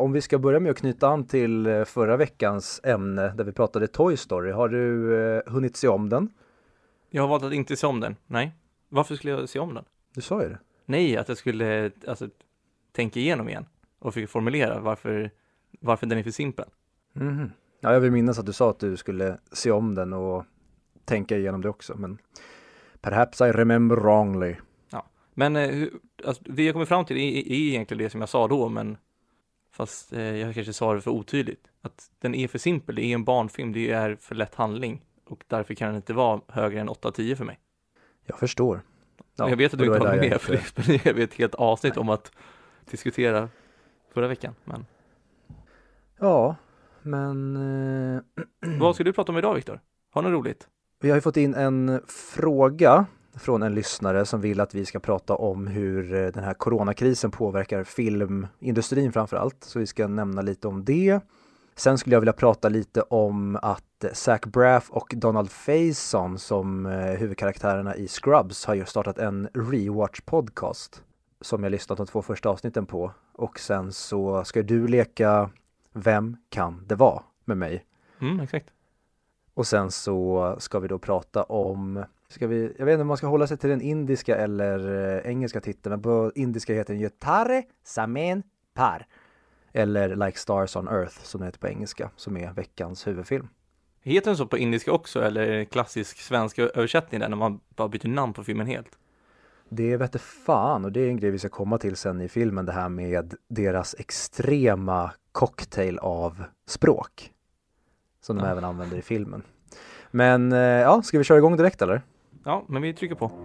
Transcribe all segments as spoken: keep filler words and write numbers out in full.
Om vi ska börja med att knyta an till förra veckans ämne där vi pratade Toy Story. Har du eh, hunnit se om den? Jag har valt att inte se om den. Nej. Varför skulle jag se om den? Du sa ju det. Nej, att jag skulle alltså, tänka igenom igen och fick formulera varför, varför den är för simpel. Mm-hmm. Ja, jag vill minnas att du sa att du skulle se om den och tänka igenom det också. Men perhaps I remember wrongly. Ja, men eh, alltså, det jag kommer fram till är, är egentligen det som jag sa då, men fast eh, jag kanske sa det för otydligt. Att den är för simpel, det är en barnfilm, det är för lätt handling. Och därför kan den inte vara högre än åtta tio för mig. Jag förstår. Ja, jag vet att du inte var med, inte... för det spelade vi ett helt avsnitt Nej. om att diskutera förra veckan. Men... Ja, men... Eh... Vad ska du prata om idag, Viktor? Har något roligt? Vi har ju fått in en fråga från en lyssnare som vill att vi ska prata om hur den här coronakrisen påverkar filmindustrin framför allt. Så vi ska nämna lite om det. Sen skulle jag vilja prata lite om att Zach Braff och Donald Faison som huvudkaraktärerna i Scrubs har ju startat en rewatch-podcast som jag lyssnat de två första avsnitten på. Och sen så ska du leka Vem kan det vara med mig? Mm, exakt. Och sen så ska vi då prata om, ska vi, jag vet inte om man ska hålla sig till den indiska eller eh, engelska titeln, men på indiska heter den ju Tare Samen Par. Eller Like Stars on Earth som det heter på engelska, som är veckans huvudfilm. Heter den så på indiska också, eller klassisk svensk översättning där när man bara byter namn på filmen helt? Det vet jag fan, och det är en grej vi ska komma till sen i filmen, det här med deras extrema cocktail av språk. Som de ja. även använder i filmen. Men ja, ska vi köra igång direkt eller? Ja, men vi trycker på.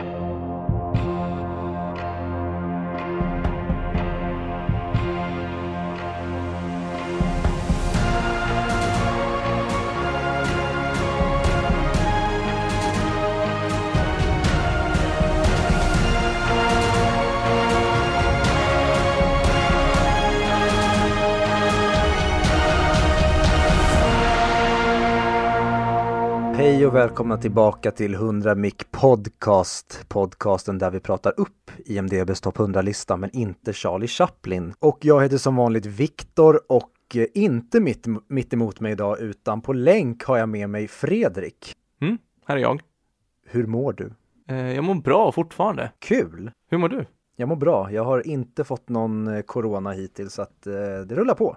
Hej och välkomna tillbaka till hundra mic podcast, podcasten där vi pratar upp I M D B:s topp hundra-lista men inte Charlie Chaplin. Och jag heter som vanligt Viktor och inte mitt, mitt emot mig idag utan på länk har jag med mig Fredrik. Mm, här är jag. Hur mår du? Eh, jag mår bra fortfarande. Kul! Hur mår du? Jag mår bra. Jag har inte fått någon corona hittills så att eh, det rullar på.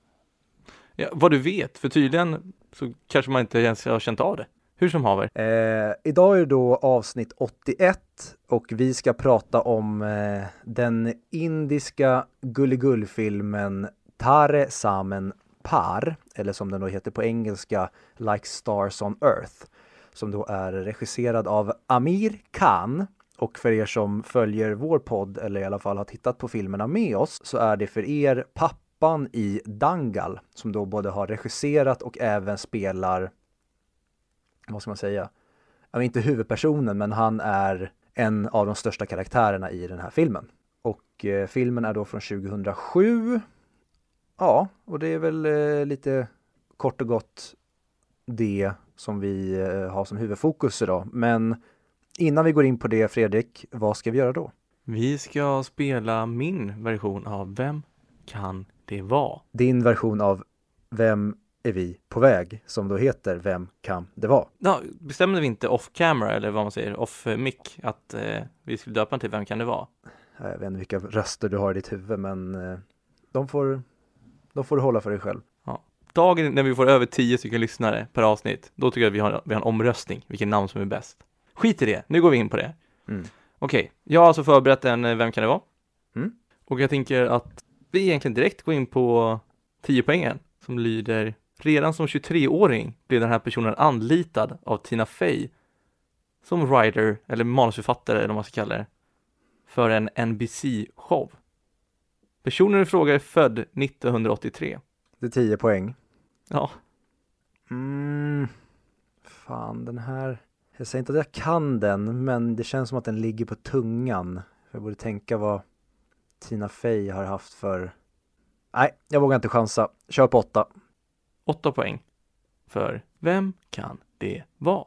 Ja, vad du vet, för tydligen så kanske man inte ens har känt av det. Hur som haver. Eh, idag är det då avsnitt åttioett och vi ska prata om eh, den indiska gulligullfilmen Tare Samen Par, eller som den då heter på engelska Like Stars on Earth, som då är regisserad av Amir Khan. Och för er som följer vår podd eller i alla fall har tittat på filmerna med oss så är det för er pappan i Dangal som då både har regisserat och även spelar, vad ska man säga, jag vet inte huvudpersonen men han är en av de största karaktärerna i den här filmen. Och eh, filmen är då från tjugohundrasju. Ja, och det är väl eh, lite kort och gott det som vi eh, har som huvudfokus idag. Men innan vi går in på det, Fredrik, vad ska vi göra då? Vi ska spela min version av Vem kan det vara? Din version av Vem är vi på väg, som då heter Vem kan det vara? Ja, bestämde vi inte off camera eller vad man säger, off mic att eh, vi skulle döpa den till Vem kan det vara? Jag vet inte vilka röster du har i ditt huvud, men eh, de, får, de får du hålla för dig själv. Ja. Dagen när vi får över tio stycken lyssnare per avsnitt, då tycker jag att vi har, vi har en omröstning, vilken namn som är bäst. Skit i det, nu går vi in på det. Mm. Okej, okay. Jag har alltså förberett en Vem kan det vara? Mm. Och jag tänker att vi egentligen direkt går in på tio poängen som lyder: redan som tjugotre-åring blev den här personen anlitad av Tina Fey som writer eller manusförfattare eller vad man ska kalla det för en N B C-show. Personen i fråga är född nittonhundraåttiotre. Det är tio poäng. Ja. Mm, fan, den här... Jag säger inte att jag kan den, men det känns som att den ligger på tungan. Jag borde tänka vad Tina Fey har haft för... Nej, jag vågar inte chansa. Kör på åtta. Åtta poäng för Vem kan det vara?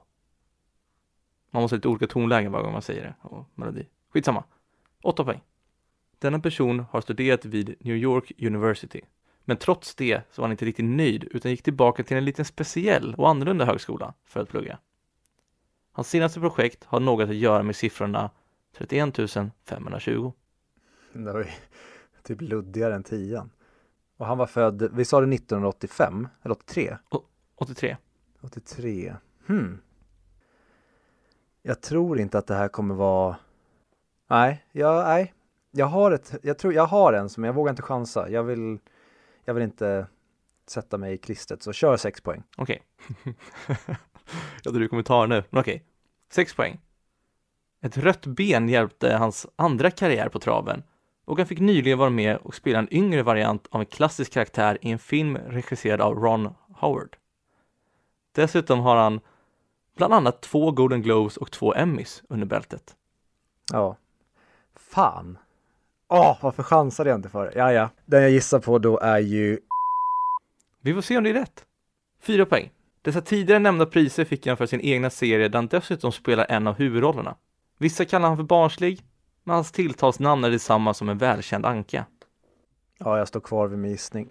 Man måste ha lite olika tonlägen varje gång man säger det och melodi. Skitsamma. Åtta poäng. Denna person har studerat vid New York University. Men trots det så var han inte riktigt nöjd utan gick tillbaka till en liten speciell och annorlunda högskola för att plugga. Hans senaste projekt har något att göra med siffrorna trettioen tusen femhundratjugo. Det var ju typ luddigare än tian. Och han var född, vi sa det nittonhundraåttiofem, eller åttiotre? O- åttiotre. åttiotre. Hmm. Jag tror inte att det här kommer vara... Nej, jag, nej. Jag har ett, jag tror jag har en som jag vågar inte chansa. Jag vill, jag vill inte sätta mig i klistret, så kör sex poäng. Okej. Okay. Jag tror du kommer ta nu. Men okej. Okay. Sex poäng. Ett rött ben hjälpte hans andra karriär på traven. Och han fick nyligen vara med och spela en yngre variant av en klassisk karaktär i en film regisserad av Ron Howard. Dessutom har han bland annat två Golden Globes och två Emmys under bältet. Ja. Fan. Åh, varför chansade jag inte för? Ja, ja. Den jag gissar på då är ju... Vi får se om det är rätt. Fyra poäng. Dessa tidigare nämnda priser fick han för sin egna serie där han dessutom spelar en av huvudrollerna. Vissa kallar han för barnslig, men hans tilltalsnamn är detsamma som en välkänd anka. Ja, jag står kvar vid min gissning.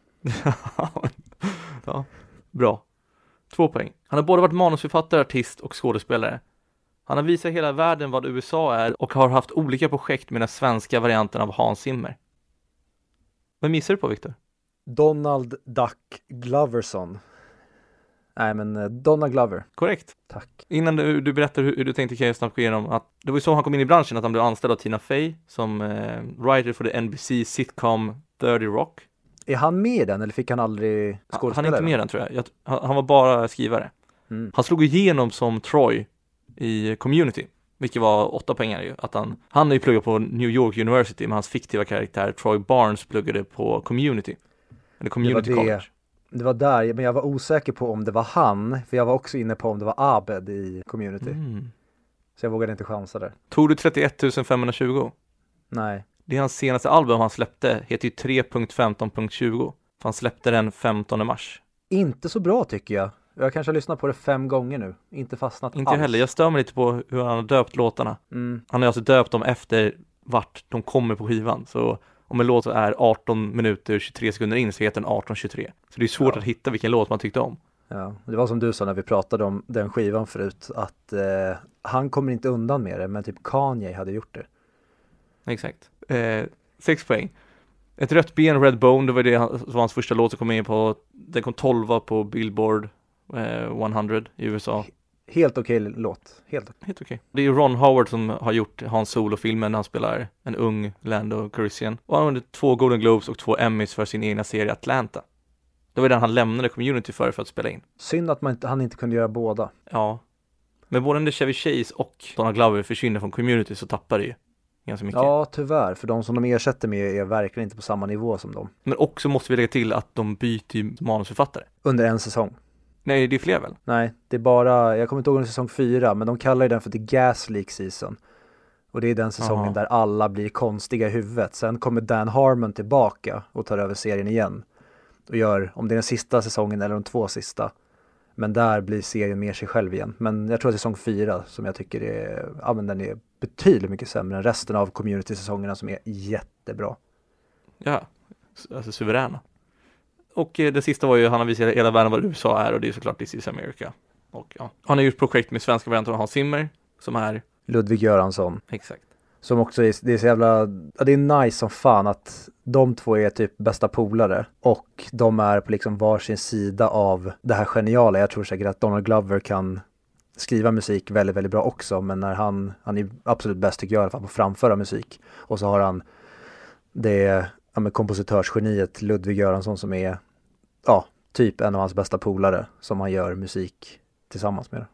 Ja, bra. Två poäng. Han har både varit manusförfattare, artist och skådespelare. Han har visat hela världen vad U S A är och har haft olika projekt med den svenska varianten av Hans Zimmer. Vad missar du på, Victor? Donald Duck Gloverson. Nej, men uh, Donald Glover. Korrekt. Tack. Innan du, du berättar hur, hur du tänkte kan jag snabbt gå igenom att det var ju så han kom in i branschen, att han blev anställd av Tina Fey som eh, writer för the N B C sitcom thirty Rock. Är han med i den eller fick han aldrig skådespela? Han är inte med i den, tror jag. jag han, han var bara skrivare. Mm. Han slog igenom som Troy i Community, vilket var åtta pengar ju. Att han, han är ju pluggat på New York University, men hans fiktiva karaktär Troy Barnes pluggade på Community. Eller Community det var det, College. Det var där, men jag var osäker på om det var han, för jag var också inne på om det var Abed i Community. Mm. Så jag vågade inte chansa där. Tog du trettioen tusen femhundratjugo? Nej. Det är hans senaste album han släppte, heter ju tre punkt femton punkt tjugo. För han släppte den femtonde mars. Inte så bra tycker jag. Jag kanske har lyssnat på det fem gånger nu. Inte fastnat Inte alls. heller. Jag stör mig lite på hur han har döpt låtarna. Mm. Han har alltså döpt dem efter vart de kommer på skivan. Så om en låt är arton minuter tjugotre sekunder in så heter den arton tjugotre. Så det är svårt ja. att hitta vilken låt man tyckte om. Ja, det var som du sa när vi pratade om den skivan förut. Att eh, han kommer inte undan med det. Men typ Kanye hade gjort det. Exakt. Eh, sex poäng. Ett rött ben, Red Bone, det var det som var hans första låt som kom in på. Den kom tolva på Billboard eh, hundra i U S A. Helt okej okay låt. Helt, Helt okej. Okay. Det är Ron Howard som har gjort Hans Solo-filmen när han spelar en ung Lando Calrissian. Och han hade två Golden Globes och två Emmys för sin egna serie Atlanta. Det var den han lämnade Community för för att spela in. Synd att man inte, han inte kunde göra båda. Ja. Men både när Chevy Chase och Donald Glover försvinner från Community så tappar det ju ganska mycket. Ja, tyvärr. För de som de ersätter med är verkligen inte på samma nivå som dem. Men också måste vi lägga till att de byter manusförfattare. Under en säsong. Nej, det är fler väl? Nej, det är bara, jag kommer inte ihåg den säsong fyra, men de kallar ju den för The Gas Leak Season. Och det är den säsongen Aha. där alla blir konstiga i huvudet. Sen kommer Dan Harmon tillbaka och tar över serien igen. Och gör, om det är den sista säsongen eller de två sista. Men där blir serien mer sig själv igen. Men jag tror att säsong fyra som jag tycker är, ja men den är betydligt mycket sämre än resten av Community-säsongerna som är jättebra. Ja, alltså suveräna. Och eh, det sista var ju, han har visat hela världen vad U S A är och det är såklart This is America. Och ja, han har gjort projekt med svenska varianter av Hans Zimmer som är Ludvig Göransson. Exakt. Som också är, det är så jävla, ja, det är nice som fan att de två är typ bästa polare och de är på liksom varsin sida av det här geniala. Jag tror säkert att Donald Glover kan skriva musik väldigt, väldigt bra också, men när han, han är absolut bäst tycker jag i alla fall på att framföra musik. Och så har han det, ja, med kompositörsgeniet Ludvig Göransson som är, ja, typ en av hans bästa polare som han gör musik tillsammans med.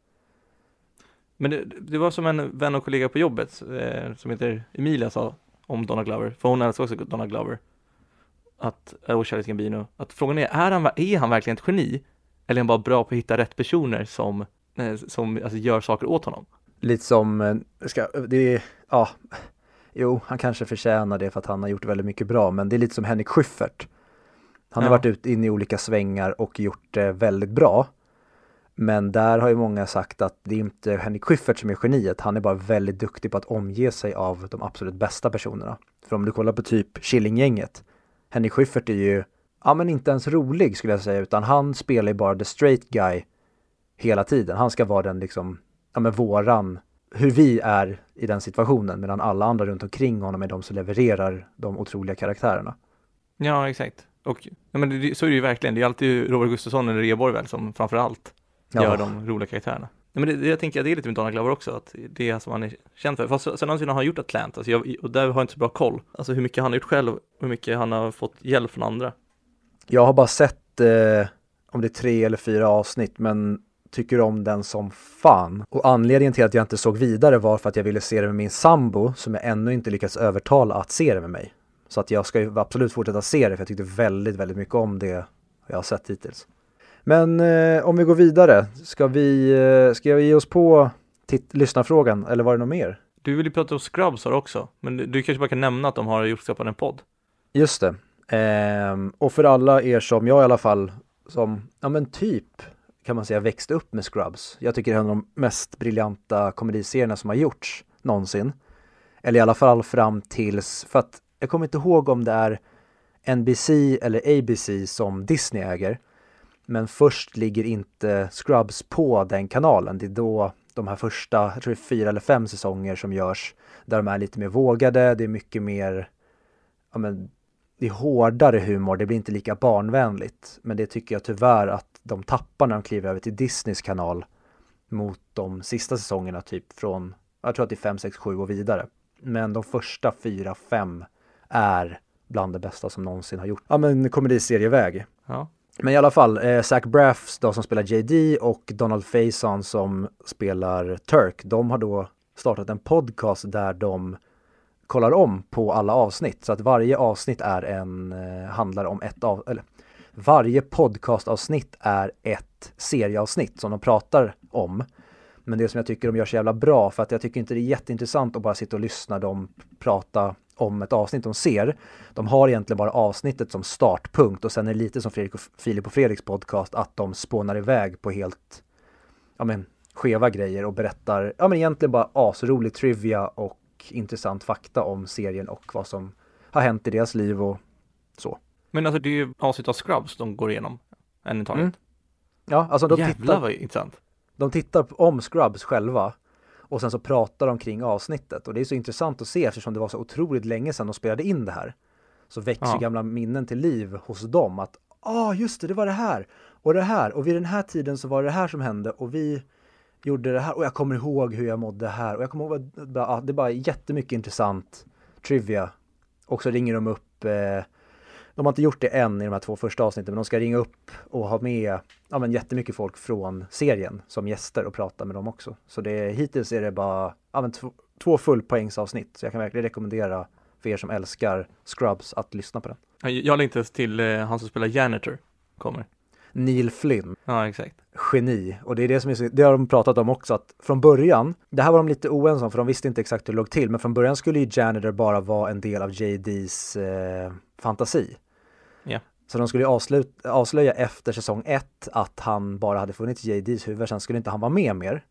Men det, det var som en vän och kollega på jobbet eh, som heter Emilia sa om Donald Glover, för hon älskar också Donald Glover, att, och Charles Gambino, att frågan är, är han, är han verkligen ett geni? Eller är han bara bra på att hitta rätt personer som, eh, som alltså, gör saker åt honom? Lite som, ska, det är, ja, jo, han kanske förtjänar det för att han har gjort väldigt mycket bra, men det är lite som Henrik Schyffert. Han har ja. varit ute in i olika svängar och gjort det väldigt bra. Men där har ju många sagt att det är inte Henrik Schyffert som är geniet. Han är bara väldigt duktig på att omge sig av de absolut bästa personerna. För om du kollar på typ Killinggänget. Henrik Schyffert är ju, ja men inte ens rolig skulle jag säga. Utan han spelar ju bara the straight guy hela tiden. Han ska vara den liksom, ja men våran, hur vi är i den situationen. Medan alla andra runt omkring honom är de som levererar de otroliga karaktärerna. Ja, exakt. Och ja, men det, så är det ju verkligen. Det är alltid Robert Gustafsson eller Rheborg väl som framförallt gör ja. de roliga karaktärerna. Ja, men det, det, jag tänker att det är lite med Donald Glover också, att det är som han är känd för. Fast sen har han gjort Atlanta, alltså jag, och där har jag inte så bra koll. Alltså hur mycket han har gjort själv och hur mycket han har fått hjälp från andra. Jag har bara sett eh, om det är tre eller fyra avsnitt, men tycker om den som fan. Och anledningen till att jag inte såg vidare var för att jag ville se det med min sambo, som jag ännu inte lyckats övertala att se det med mig. Så att jag ska ju absolut fortsätta se det, för jag tyckte väldigt, väldigt mycket om det jag har sett hittills. Men eh, om vi går vidare, ska vi, eh, ska vi ge oss på titt- lyssnarfrågan, eller var det något mer? Du vill ju prata om Scrubs här också, men du, du kanske bara kan nämna att de har gjort skapat en podd. Just det. Ehm, och för alla er som jag i alla fall, som, ja men typ, kan man säga, växt upp med Scrubs. Jag tycker det är en av de mest briljanta komediserierna som har gjorts någonsin. Eller i alla fall fram tills, för att jag kommer inte ihåg om det är N B C eller A B C som Disney äger. Men först ligger inte Scrubs på den kanalen. Det är då de här första, jag tror det är fyra eller fem säsonger som görs. Där de är lite mer vågade, det är mycket mer, ja men, det är hårdare humor. Det blir inte lika barnvänligt. Men det tycker jag tyvärr att de tappar när de kliver över till Disneys kanal. Mot de sista säsongerna typ från, jag tror att det är fem, sex, sju och vidare. Men de första fyra, fem är bland det bästa som någonsin har gjort. Ja men komediserieväg. Ja. Men i alla fall, eh, Zach Braff då, som spelar J D och Donald Faison som spelar Turk, de har då startat en podcast där de kollar om på alla avsnitt. Så att varje avsnitt är en, eh, handlar om ett av, eller varje podcastavsnitt är ett serieavsnitt som de pratar om. Men det som jag tycker de gör så jävla bra, för att jag tycker inte det är jätteintressant att bara sitta och lyssna dem prata om ett avsnitt de ser. De har egentligen bara avsnittet som startpunkt och sen är det lite som Fredrik och Filip och Fredriks podcast att de spånar iväg på helt, ja men, skeva grejer och berättar, ja men egentligen bara asrolig trivia och intressant fakta om serien och vad som har hänt i deras liv och så. Men alltså det är ju avsnitt av Scrubs de går igenom än i taget. Mm. Ja, alltså de Jävlar tittar, vad intressant. De tittar om Scrubs själva och sen så pratar de kring avsnittet. Och det är så intressant att se eftersom det var så otroligt länge sedan de spelade in det här. Så växer ja. gamla minnen till liv hos dem. Att, ja ah, just det, det var det här. Och det här. Och vid den här tiden så var det här som hände. Och vi gjorde det här. Och jag kommer ihåg hur jag mådde här. Och jag kommer ihåg att ja, det är bara jättemycket intressant trivia. Och så ringer de upp... Eh, de har inte gjort det än i de här två första avsnitten, men de ska ringa upp och ha med ja, men jättemycket folk från serien som gäster och prata med dem också. Så det, hittills är det bara ja, men två, två fullpoängsavsnitt. Så jag kan verkligen rekommendera för er som älskar Scrubs att lyssna på den. Jag längtar till eh, han som spelar Janitor kommer. Neil Flynn. Ja, exakt. Geni. Och det är det som är så, det har de pratat om också, att från början, det här var de lite oensamma för de visste inte exakt hur det låg till, men från början skulle ju Janitor bara vara en del av J D:s eh, fantasi. Ja. Så de skulle avsluta, avslöja efter säsong ett att han bara hade funnits i J D:s huvud, sen skulle inte han vara med mer.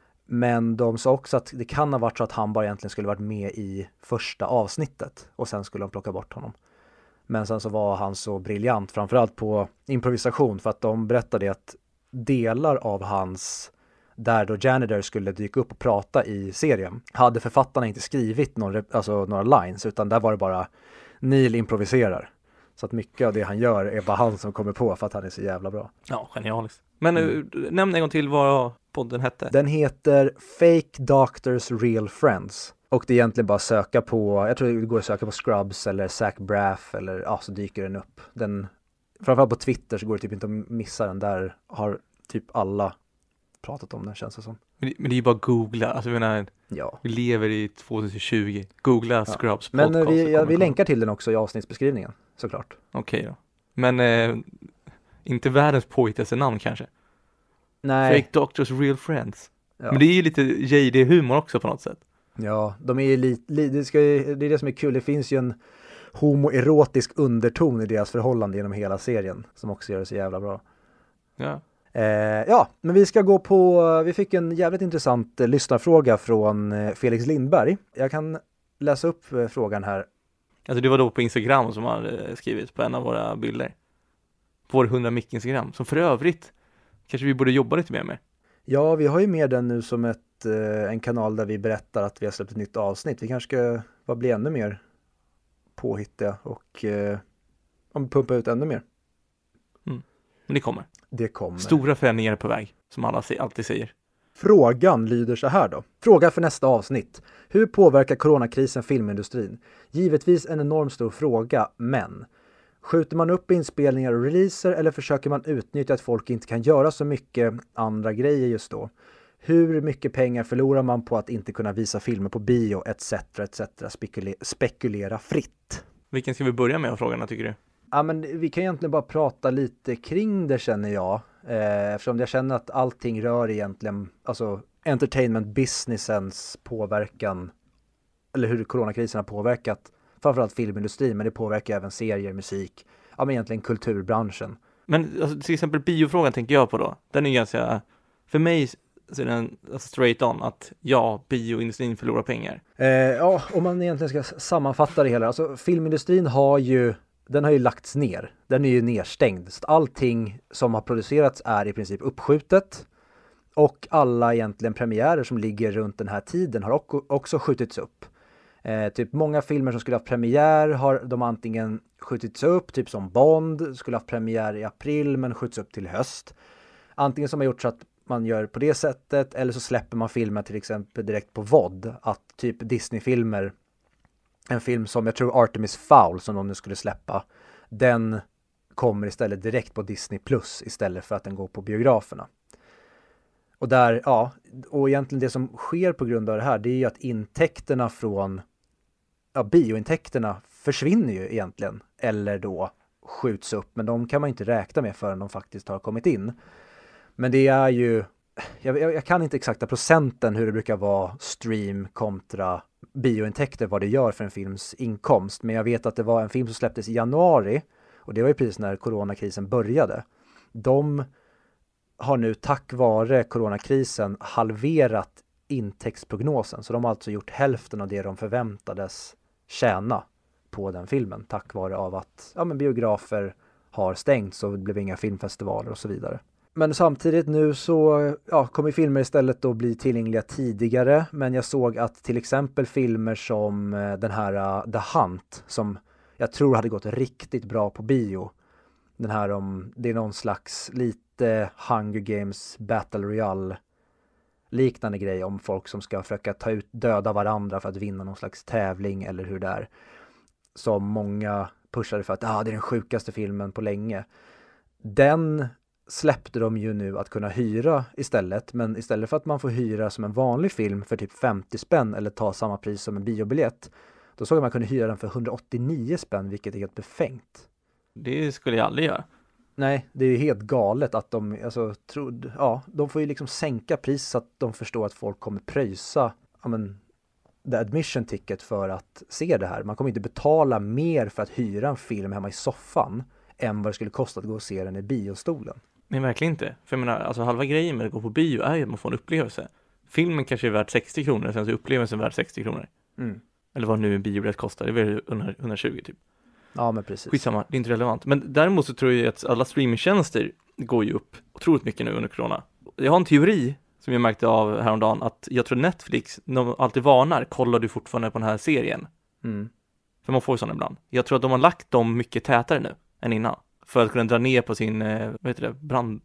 Men de sa också att det kan ha varit så att han bara egentligen skulle varit med i första avsnittet och sen skulle de plocka bort honom. Men sen så var han så briljant, framförallt på improvisation, för att de berättade att delar av hans, där då Janitor skulle dyka upp och prata i serien, hade författarna inte skrivit någon, alltså några lines, utan där var det bara Neil improviserar. Så att mycket av det han gör är bara han som kommer på för att han är så jävla bra. Ja, genialiskt. Men mm. nämn en gång till vad podden hette. Den heter Fake Doctors Real Friends. Och det är egentligen bara att söka på, jag tror det går att söka på Scrubs eller Zach Braff eller ja, så dyker den upp. Den, framförallt på Twitter så går det typ inte att missa den. Där har typ alla pratat om den, känns det som. Men det, men det är ju bara att googla. Alltså jag menar, ja. Vi lever i tjugo tjugo. Googla ja. Scrubs podcast. Men vi, ja, vi komma. länkar till den också i avsnittsbeskrivningen, såklart. Okej okay, då. Men eh, inte världens påhittaste namn kanske? Nej. Fake Doctors Real Friends. Ja. Men det är ju lite J D-humor också på något sätt. Ja, de är ju lite, li, det, ska ju, det är det som är kul. Det finns ju en homoerotisk underton i deras förhållande genom hela serien som också gör det så jävla bra. Ja. Eh, ja, men vi ska gå på, vi fick en jävligt intressant eh, lyssnarfråga från eh, Felix Lindberg. Jag kan läsa upp eh, frågan här. Alltså det var då på Instagram som han hade skrivit på en av våra bilder. På vår hundra mick Instagram, som för övrigt kanske vi borde jobba lite mer med. Ja, vi har ju med den nu som ett, eh, en kanal där vi berättar att vi har släppt ett nytt avsnitt. Vi kanske ska bara bli ännu mer påhittiga och eh, pumpa ut ännu mer. Mm. Men det kommer. Det kommer. Stora förändringar på väg, som alla alltid säger. Frågan lyder så här då. Fråga för nästa avsnitt. Hur påverkar coronakrisen filmindustrin? Givetvis en enormt stor fråga, men skjuter man upp inspelningar och releaser eller försöker man utnyttja att folk inte kan göra så mycket andra grejer just då? Hur mycket pengar förlorar man på att inte kunna visa filmer på bio, et cetera, et cetera. Spekule- spekulera fritt. Vilken ska vi börja med av frågorna, tycker du? Ja, men vi kan egentligen bara prata lite kring det, känner jag. Eh, eftersom jag känner att allting rör egentligen, alltså entertainment businessens påverkan, eller hur coronakrisen har påverkat framförallt filmindustrin, men det påverkar även serier, musik, ja men egentligen kulturbranschen. Men alltså, till exempel biofrågan tänker jag på då. Den är ganska, för mig så är den straight on att ja, bioindustrin förlorar pengar. Eh, ja, om man egentligen ska sammanfatta det hela, alltså filmindustrin har ju Den har ju lagts ner. Den är ju nedstängd. Så allting som har producerats är i princip uppskjutet. Och alla egentligen premiärer som ligger runt den här tiden har också skjutits upp. Eh, typ många filmer som skulle ha premiär har de antingen skjutits upp. Typ som Bond skulle ha premiär i april men skjuts upp till höst. Antingen som har gjort så att man gör på det sättet. Eller så släpper man filmer till exempel direkt på V O D. Att typ Disney-filmer, en film som jag tror Artemis Fowl som de nu skulle släppa, den kommer istället direkt på Disney Plus istället för att den går på biograferna. Och där, ja, och egentligen det som sker på grund av det här, det är ju att intäkterna från, ja, biointäkterna försvinner ju egentligen, eller då skjuts upp, men de kan man inte räkna med förrän de faktiskt har kommit in. Men det är ju, jag, jag kan inte exakta procenten hur det brukar vara stream kontra biointäkter, vad det gör för en films inkomst. Men jag vet att det var en film som släpptes i januari och det var ju precis när coronakrisen började. De har nu tack vare coronakrisen halverat intäktsprognosen. Så de har alltså gjort hälften av det de förväntades tjäna på den filmen. Tack vare av att ja, men biografer har stängt så det blev inga filmfestivaler och så vidare. Men samtidigt nu så ja, kommer filmer istället då bli tillgängliga tidigare. Men jag såg att till exempel filmer som den här uh, The Hunt, som jag tror hade gått riktigt bra på bio. Den här om, det är någon slags lite Hunger Games Battle Royale liknande grej om folk som ska försöka ta ut, döda varandra för att vinna någon slags tävling eller hur det är. Som många pushade för att ah, det är den sjukaste filmen på länge. Den släppte de ju nu att kunna hyra istället, men istället för att man får hyra som en vanlig film för typ femtio spänn eller ta samma pris som en biobiljett, då såg man kunde hyra den för hundraåttionio spänn, vilket är helt befängt. Det skulle jag aldrig göra. Nej, det är ju helt galet att de, alltså, trodde, ja, de får ju liksom sänka pris så att de förstår att folk kommer pröjsa, ja men, the admission ticket för att se det här. Man kommer inte betala mer för att hyra en film hemma i soffan än vad det skulle kosta att gå och se den i biostolen. Men verkligen inte. För jag menar, alltså halva grejen med att gå på bio är ju att man får en upplevelse. Filmen kanske är värd sextio kronor, sen så är upplevelsen värd sextio kronor. Mm. Eller vad nu en biobiljett kostar, det är väl hundratjugo typ. Ja, men precis. Skitsamma, det är inte relevant. Men däremot så tror jag att alla streamingtjänster går ju upp otroligt mycket nu under corona. Jag har en teori som jag märkte av häromdagen, att jag tror Netflix, de alltid varnar, kollar du fortfarande på den här serien? Mm. För man får ju sådana ibland. Jag tror att de har lagt dem mycket tätare nu än innan. För att kunna dra ner på sin, vad heter det, brand...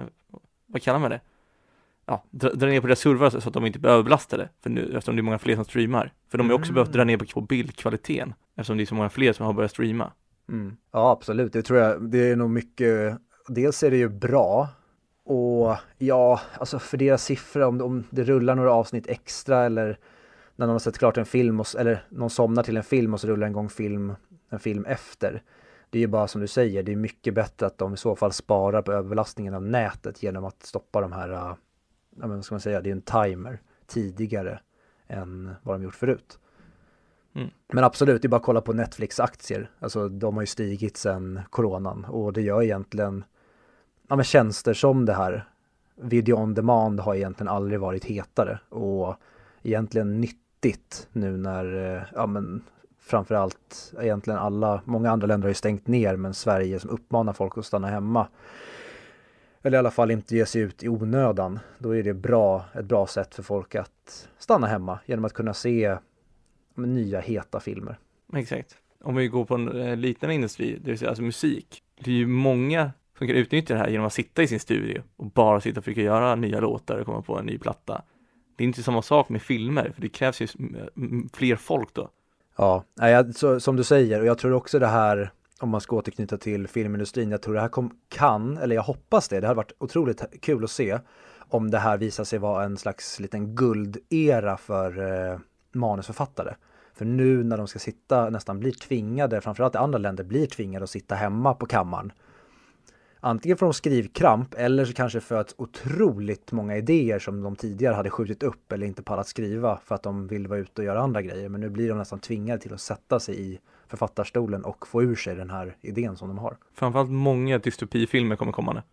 Vad kallar man det? Ja, dra, dra ner på deras servrar så att de inte blir överbelastade. För nu, eftersom det är många fler som streamar. För de har mm. också behövt dra ner på, på bildkvaliteten. Eftersom det är så många fler som har börjat streama. Mm. Ja, absolut. Det tror jag, det är nog mycket... Dels är det ju bra. Och ja, alltså för deras siffror, om, om det rullar några avsnitt extra eller när någon har sett klart en film och, eller någon somnar till en film och så rullar en gång film, en film efter. Det är ju bara som du säger, det är mycket bättre att de i så fall sparar på överbelastningen av nätet genom att stoppa de här, ja, men vad ska man säga, det är en timer tidigare än vad de gjort förut. Mm. Men absolut, det är bara att kolla på Netflix-aktier. Alltså de har ju stigit sedan coronan och det gör egentligen, ja, men tjänster som det här. Video on demand har egentligen aldrig varit hetare och egentligen nyttigt nu när, eh, ja men framförallt egentligen alla, många andra länder har ju stängt ner, men Sverige som uppmanar folk att stanna hemma. Eller i alla fall inte ge sig ut i onödan. Då är det bra, ett bra sätt för folk att stanna hemma genom att kunna se nya heta filmer. Exakt. Om vi går på en eh, liknande industri, det vill säga alltså musik. Det är ju många som kan utnyttja det här genom att sitta i sin studio och bara sitta och försöka göra nya låtar och komma på en ny platta. Det är inte samma sak med filmer, för det krävs ju fler folk då. Ja, jag, så, som du säger, och jag tror också det här, om man ska återknyta till filmindustrin, jag tror det här kom, kan, eller jag hoppas det, det hade varit otroligt kul att se om det här visar sig vara en slags liten guldera för eh, manusförfattare. För nu när de ska sitta, nästan blir tvingade, framförallt i andra länder, blir tvingade att sitta hemma på kammaren. Antingen får de skrivkramp eller så kanske för att otroligt många idéer som de tidigare hade skjutit upp eller inte pallat skriva för att de vill vara ute och göra andra grejer. Men nu blir de nästan tvingade till att sätta sig i författarstolen och få ur sig den här idén som de har. Framförallt många dystopifilmer kommer komma nu.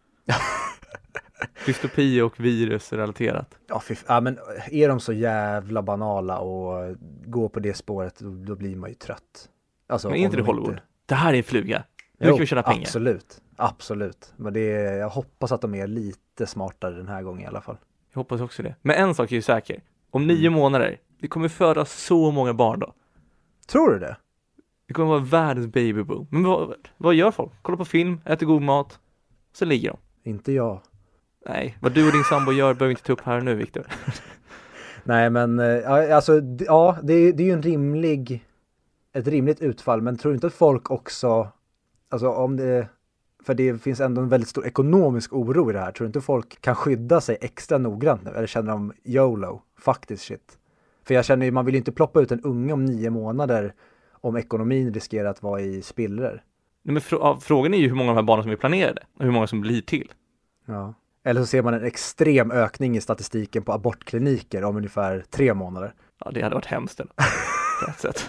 Dystopi och virus relaterat. Ja, fy, ja, men är de så jävla banala och går på det spåret, då, då blir man ju trött. Alltså, men är inte det Hollywood? Inte... Det här är en fluga. Nu jo, kan vi tjäna pengar. Absolut, absolut. Men det är, jag hoppas att de är lite smartare den här gången i alla fall. Jag hoppas också det. Men en sak är ju säker. Om nio mm. månader, det kommer födas så många barn då. Tror du det? Det kommer vara världens babyboom. Men vad, vad gör folk? Kollar på film, äter god mat, så ligger de. Inte jag. Nej, vad du och din sambo gör behöver vi inte ta upp här nu, Victor. Nej, men alltså, ja, det är, det är ju en rimlig, ett rimligt utfall, men tror inte att folk också, alltså om det, för det finns ändå en väldigt stor ekonomisk oro i det här, tror inte folk kan skydda sig extra noggrant nu, eller känner de YOLO, faktiskt shit. För jag känner ju, man vill ju inte ploppa ut en unge om nio månader om ekonomin riskerar att vara i spillror. Nej, men fr- frågan är ju hur många av de här barnen som är planerade och hur många som blir till. Ja. Eller så ser man en extrem ökning i statistiken på abortkliniker om ungefär tre månader. Ja, det hade varit hemskt på ett sätt.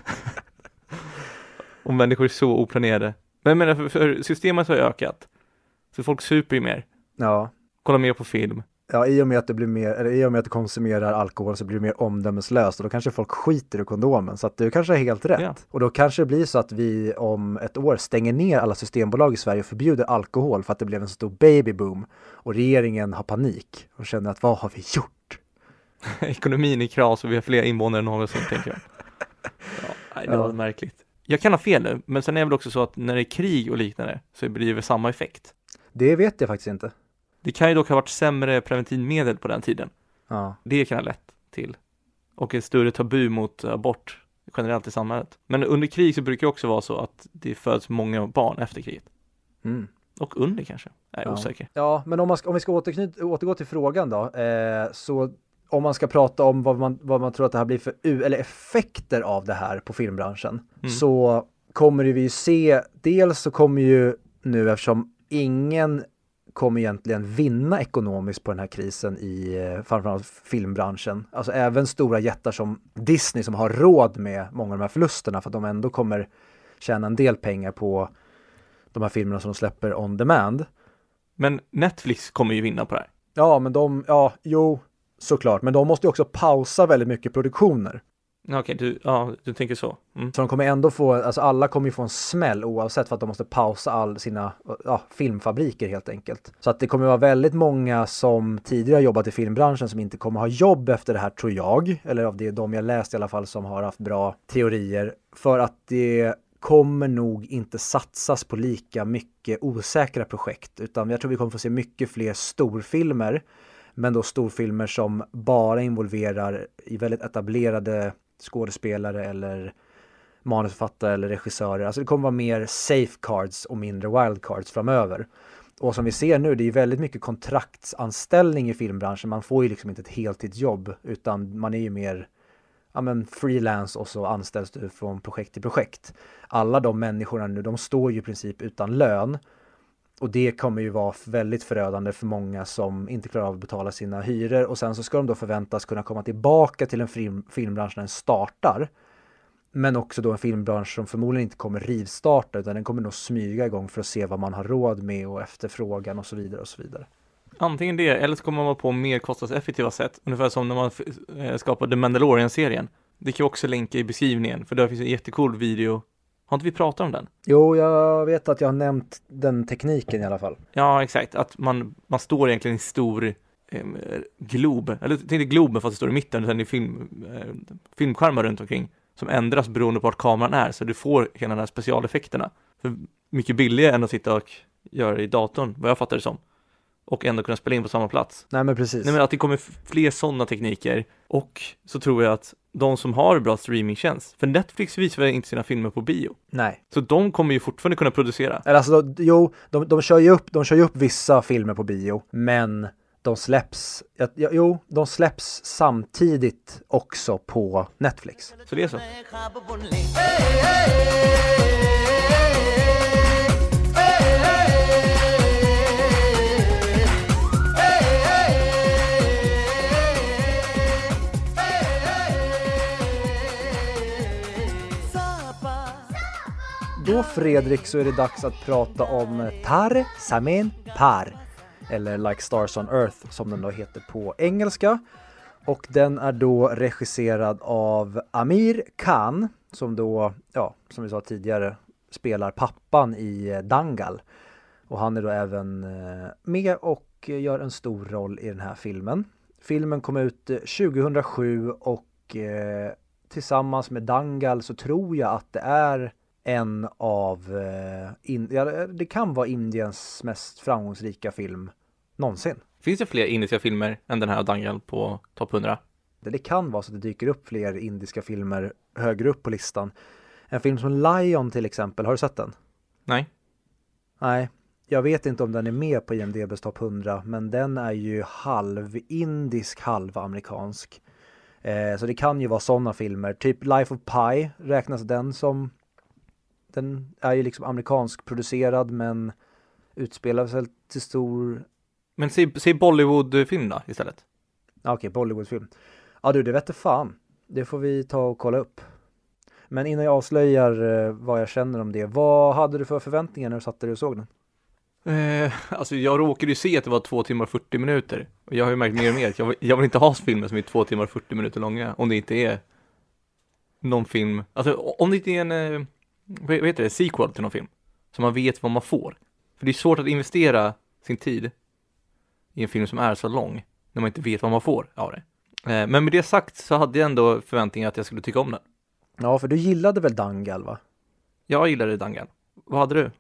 Om människor är så oplanerade. Men jag menar, för, för systemet har ökat. Så folk super ju mer. Ja. Kollar mer på film. Ja, i och med att du blir mer, eller i och med att du konsumerar alkohol så blir det mer omdömeslöst och då kanske folk skiter i kondomen, så att du kanske är helt rätt. Ja. Och då kanske det blir så att vi om ett år stänger ner alla systembolag i Sverige och förbjuder alkohol för att det blev en stor babyboom och regeringen har panik och känner att vad har vi gjort? Ekonomin är kras och vi har fler invånare än någonsin, tänker jag. Ja, nej, det var ja. märkligt. Jag kan ha fel nu, men sen är det väl också så att när det är krig och liknande så blir det samma effekt. Det vet jag faktiskt inte. Det kan ju dock ha varit sämre preventivmedel på den tiden. Ja. Det kan ha lett till. Och ett större tabu mot abort generellt i samhället. Men under krig så brukar det också vara så att det föds många barn efter kriget. Mm. Och under kanske. Jag är ja. osäker. Ja, men om, man ska, om vi ska återknyta, återgå till frågan då. Eh, så om man ska prata om vad man, vad man tror att det här blir för eller effekter av det här på filmbranschen. Mm. Så kommer vi ju se, dels så kommer ju nu, eftersom ingen kommer egentligen vinna ekonomiskt på den här krisen i framförallt filmbranschen. Alltså även stora jättar som Disney som har råd med många av de här förlusterna för att de ändå kommer tjäna en del pengar på de här filmerna som de släpper on demand. Men Netflix kommer ju vinna på det här. Ja, men de, ja, jo, såklart. Men de måste ju också pausa väldigt mycket produktioner. Okej, okay, du, ja, du tänker så. Mm. Så de kommer ändå få, alltså alla kommer ju få en smäll oavsett för att de måste pausa all sina ja, filmfabriker helt enkelt. Så att det kommer vara väldigt många som tidigare har jobbat i filmbranschen som inte kommer ha jobb efter det här, tror jag. Eller av det de jag läst i alla fall som har haft bra teorier. För att det kommer nog inte satsas på lika mycket osäkra projekt. Utan jag tror vi kommer få se mycket fler storfilmer. Men då storfilmer som bara involverar i väldigt etablerade skådespelare eller manusförfattare eller regissörer. Alltså det kommer vara mer safecards och mindre wildcards framöver. Och som vi ser nu, det är väldigt mycket kontraktsanställning i filmbranschen. Man får ju liksom inte ett heltidsjobb utan man är ju mer ja, men freelance och så anställs du från projekt till projekt. Alla de människorna nu, de står ju i princip utan lön. Och det kommer ju vara väldigt förödande för många som inte klarar av att betala sina hyror. Och sen så ska de då förväntas kunna komma tillbaka till en film, filmbransch när den startar. Men också då en filmbransch som förmodligen inte kommer rivstarta utan den kommer nog smyga igång för att se vad man har råd med och efterfrågan och så vidare och så vidare. Antingen det, eller så kommer man vara på mer kostnadseffektiva sätt. Ungefär som när man f- skapade Mandalorian-serien. Det kan ju också länka i beskrivningen, för där finns en jättecool video. Har inte vi pratat om den? Jo, jag vet att jag har nämnt den tekniken i alla fall. Ja, exakt. Att man, man står egentligen i en stor eh, glob. Eller inte globen fast det står i mitten. Utan det är film, eh, filmskärmar runt omkring. Som ändras beroende på vart kameran är. Så du får hela de här specialeffekterna. För mycket billigare än att sitta och göra det i datorn. Vad jag fattar det som. Och ändå kunna spela in på samma plats. Nej, men precis. Nej, men att det kommer fler sådana tekniker. Och så tror jag att de som har bra streamingtjänst. För Netflix visar väl inte sina filmer på bio. Nej. Så de kommer ju fortfarande kunna producera. Eller alltså, då, jo, de, de, kör ju upp, de kör ju upp vissa filmer på bio. Men de släpps, ja, jo, de släpps samtidigt också på Netflix. Så det är så. Då Fredrik så är det dags att prata om Tare Sameen Par, eller Like Stars on Earth som den då heter på engelska. Och den är då regisserad av Amir Khan som då, ja, som vi sa tidigare, spelar pappan i Dangal. Och han är då även med och gör en stor roll i den här filmen. Filmen kom ut tjugohundrasju och eh, tillsammans med Dangal så tror jag att det är en av, eh, in, ja, det kan vara Indiens mest framgångsrika film någonsin. Finns det fler indiska filmer än den här Dangal på topp hundra? Det kan vara så att det dyker upp fler indiska filmer högre upp på listan. En film som Lion till exempel, har du sett den? Nej. Nej, jag vet inte om den är med på I M D B:s topp hundra, men den är ju halv indisk, halv amerikansk. Eh, så det kan ju vara sådana filmer. Typ Life of Pi räknas den som, den är ju liksom amerikansk producerad men utspelar sig till stor... Men säg, säg Bollywood-film då istället. Ja, okej, Bollywood-film. Ja du, det vet jag fan. Det får vi ta och kolla upp. Men innan jag avslöjar eh, vad jag känner om det, vad hade du för förväntningar när du satt där och såg den? Eh, alltså jag råkade ju se att det var två timmar och fyrtio minuter. Och jag har ju märkt mer och mer att jag, jag vill inte ha filmer som är två timmar och fyrtio minuter långa. Om det inte är någon film, alltså om det inte är en, eh, vad heter det, sequel till någon film. Så man vet vad man får. För det är svårt att investera sin tid i en film som är så lång. När man inte vet vad man får av det. Eh, men med det sagt så hade jag ändå förväntningar att jag skulle tycka om den. Ja, för du gillade väl Dangal, va? Jag gillade Dangal. Vad hade du?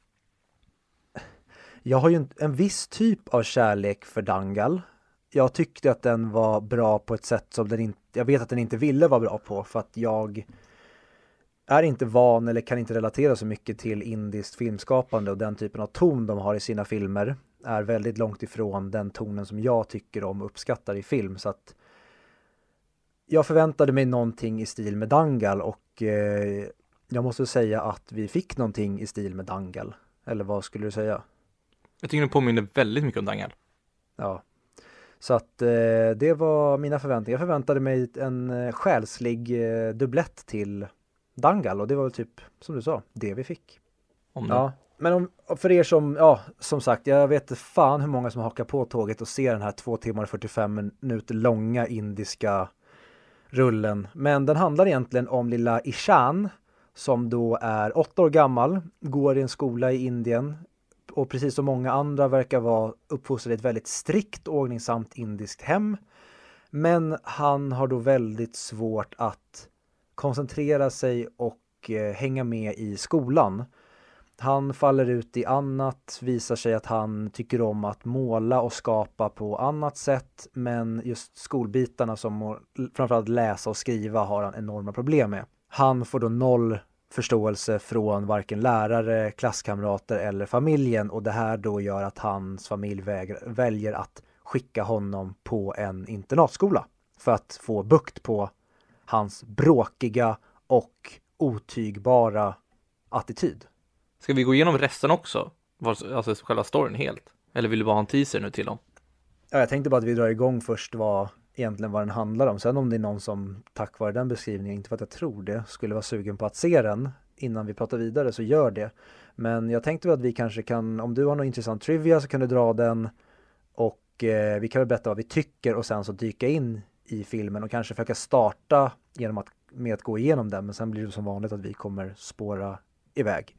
Jag har ju en, en viss typ av kärlek för Dangal. Jag tyckte att den var bra på ett sätt som den inte... Jag vet att den inte ville vara bra på för att jag är inte van eller kan inte relatera så mycket till indiskt filmskapande och den typen av ton de har i sina filmer är väldigt långt ifrån den tonen som jag tycker om och uppskattar i film. Så att jag förväntade mig någonting i stil med Dangal och eh, jag måste säga att vi fick någonting i stil med Dangal. Eller vad skulle du säga? Jag tycker den påminner väldigt mycket om Dangal. Ja, så att eh, det var mina förväntningar. Jag förväntade mig en eh, själslig eh, dubblett till Dangal och det var väl typ, som du sa, det vi fick. Om det. Ja, men om, för er som, ja, som sagt, jag vet fan hur många som hakar på tåget och ser den här två timmar och fyrtiofem minuter långa indiska rullen. Men den handlar egentligen om lilla Ishan som då är åtta år gammal, går i en skola i Indien och precis som många andra verkar vara uppfostrad i ett väldigt strikt och ordningsamt indiskt hem. Men han har då väldigt svårt att koncentrera sig och eh, hänga med i skolan. Han faller ut i annat, visar sig att han tycker om att måla och skapa på annat sätt, men just skolbitarna som framförallt läsa och skriva har han enorma problem med. Han får då noll förståelse från varken lärare, klasskamrater eller familjen och det här då gör att hans familj väger, väljer att skicka honom på en internatskola för att få bukt på hans bråkiga och otygbara attityd. Ska vi gå igenom resten också? Alltså själva storyn helt? Eller vill du bara ha en teaser nu till dem? Ja, jag tänkte bara att vi drar igång först vad egentligen vad den handlar om. Sen om det är någon som tack vare den beskrivningen, inte för att jag tror det, skulle vara sugen på att se den innan vi pratar vidare, så gör det. Men jag tänkte att vi kanske kan, om du har någon intressant trivia så kan du dra den, och eh, vi kan väl berätta vad vi tycker och sen så dyka in i filmen och kanske försöka starta genom att, med att gå igenom den, men sen blir det som vanligt att vi kommer spåra iväg.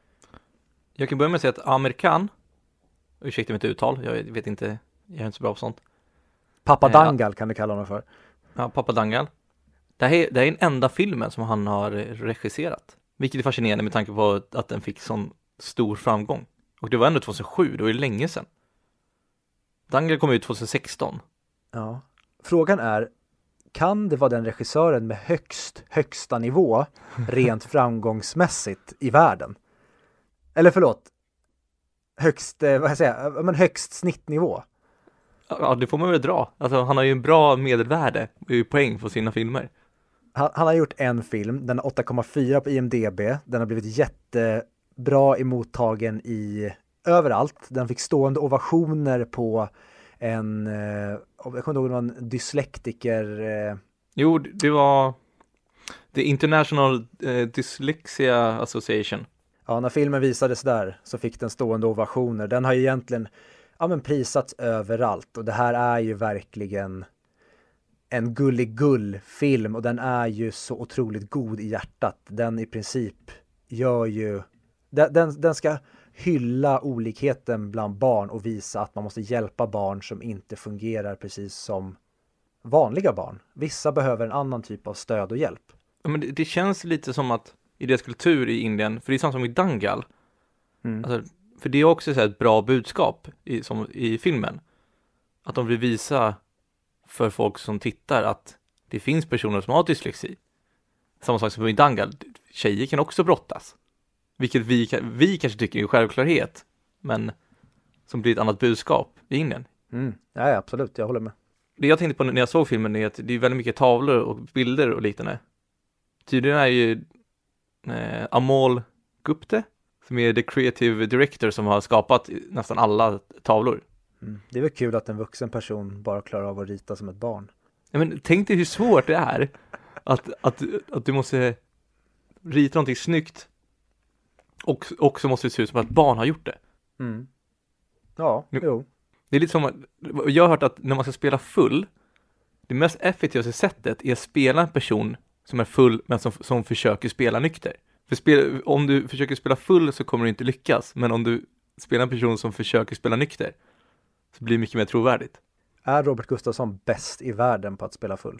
Jag kan börja med att säga att Amerikan, ursäkta mitt uttal, jag vet inte, jag är inte så bra på sånt. Pappa Dangal kan du kalla honom för. Ja, Pappa Dangal. Det här, är, det här är den enda filmen som han har regisserat. Vilket är fascinerande med tanke på att den fick sån stor framgång. Och det var ändå tjugohundrasju, det var ju länge sedan. Dangal kom ut tjugohundrasexton. Ja. Frågan är, kan det vara den regissören med högst, högsta nivå rent framgångsmässigt i världen? Eller förlåt, högst, vad ska jag säga, men högst snittnivå? Ja, det får man väl dra. Alltså, han har ju en bra medelvärde i poäng på sina filmer. Han, han har gjort en film, den har åtta komma fyra på I M D B. Den har blivit jättebra emottagen i överallt. Den fick stående ovationer på en, eh, jag kommer inte ihåg, någon dyslektiker. Eh. Jo, det var The International eh, Dyslexia Association. Ja, när filmen visades där så fick den stående ovationer. Den har ju egentligen ja, men prisats överallt, och det här är ju verkligen en gullig film, och den är ju så otroligt god i hjärtat. Den i princip gör ju den, den, den ska hylla olikheten bland barn och visa att man måste hjälpa barn som inte fungerar precis som vanliga barn. Vissa behöver en annan typ av stöd och hjälp. Ja, men det, det känns lite som att i deras kultur i Indien, för det är samma som i Dangal, mm. alltså, för det är också så här ett bra budskap i, som, i filmen. Att de vill visa för folk som tittar att det finns personer som har dyslexi. Samma sak som i Dangal. Tjejer kan också brottas. Vilket vi, vi kanske tycker är en självklarhet. Men som blir ett annat budskap i Indien. Mm. Ja, absolut. Jag håller med. Det jag tänkte på när jag såg filmen är att det är väldigt mycket tavlor och bilder och liknande. Tydligen är ju eh, Amol Gupte, som är the creative director som har skapat nästan alla tavlor. Mm. Det är väl kul att en vuxen person bara klarar av att rita som ett barn. Ja, men tänk dig hur svårt det är att, att, att du måste rita någonting snyggt och också måste det se ut som att ett barn har gjort det. Mm. Ja, jo. Det är lite som att, jag har hört att när man ska spela full, det mest effektiva sättet är att spela en person som är full men som, som försöker spela nykter. För spel, om du försöker spela full så kommer du inte lyckas, men om du spelar en person som försöker spela nykter så blir det mycket mer trovärdigt. Är Robert Gustafsson bäst i världen på att spela full?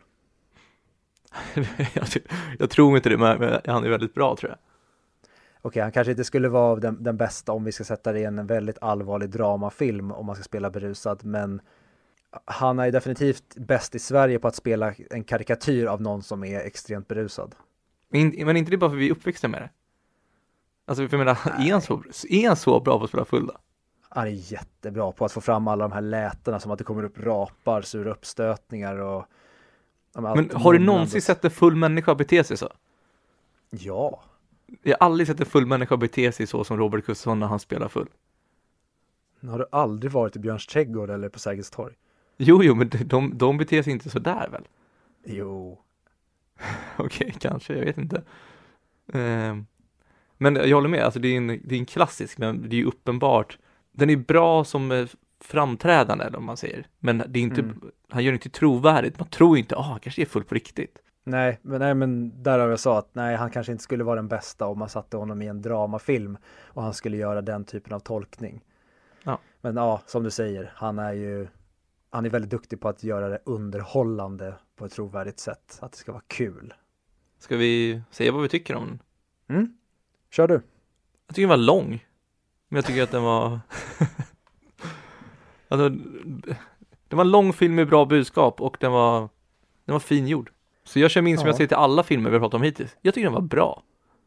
jag, jag tror inte det, men han är väldigt bra, tror jag. Okej, han kanske inte skulle vara den, den bästa om vi ska sätta det i en väldigt allvarlig dramafilm om man ska spela berusad, men han är definitivt bäst i Sverige på att spela en karikatyr av någon som är extremt berusad. Men, men inte det bara för vi är uppväxta med det? Alltså, för jag menar, är han, så, är han så bra på att spela full då? Han är jättebra på att få fram alla de här lätena, som att det kommer upp rapar, sura uppstötningar och... Men har du någonsin sett en full människa bete sig så? Ja. Jag har aldrig sett en full människa bete sig så som Robert Gustafsson när han spelar full. Har du aldrig varit i Björns trädgård eller på Sergels torg? Jo, jo, men de, de beter sig inte så där väl? Jo. Okej, okay, kanske, jag vet inte. Uh, men jag håller med, alltså det är en, det är en klassisk, men det är ju uppenbart. Den är bra som framträdande, om man säger. Men det är inte, mm. han gör det inte trovärdigt. Man tror inte, ah, kanske är full på riktigt. Nej men, nej, men där har jag sagt att nej, han kanske inte skulle vara den bästa om man satte honom i en dramafilm och han skulle göra den typen av tolkning. Ja. Men ja, som du säger, han är ju han är väldigt duktig på att göra det underhållande på ett trovärdigt sätt. Att det ska vara kul. Ska vi säga vad vi tycker om den? Mm. Kör du. Jag tycker den var lång. Men jag tycker att den var... alltså, det var en lång film med bra budskap och den var, den var fin gjord. Så jag kör min som ja. jag säger till alla filmer vi har pratat om hittills. Jag tycker den var bra.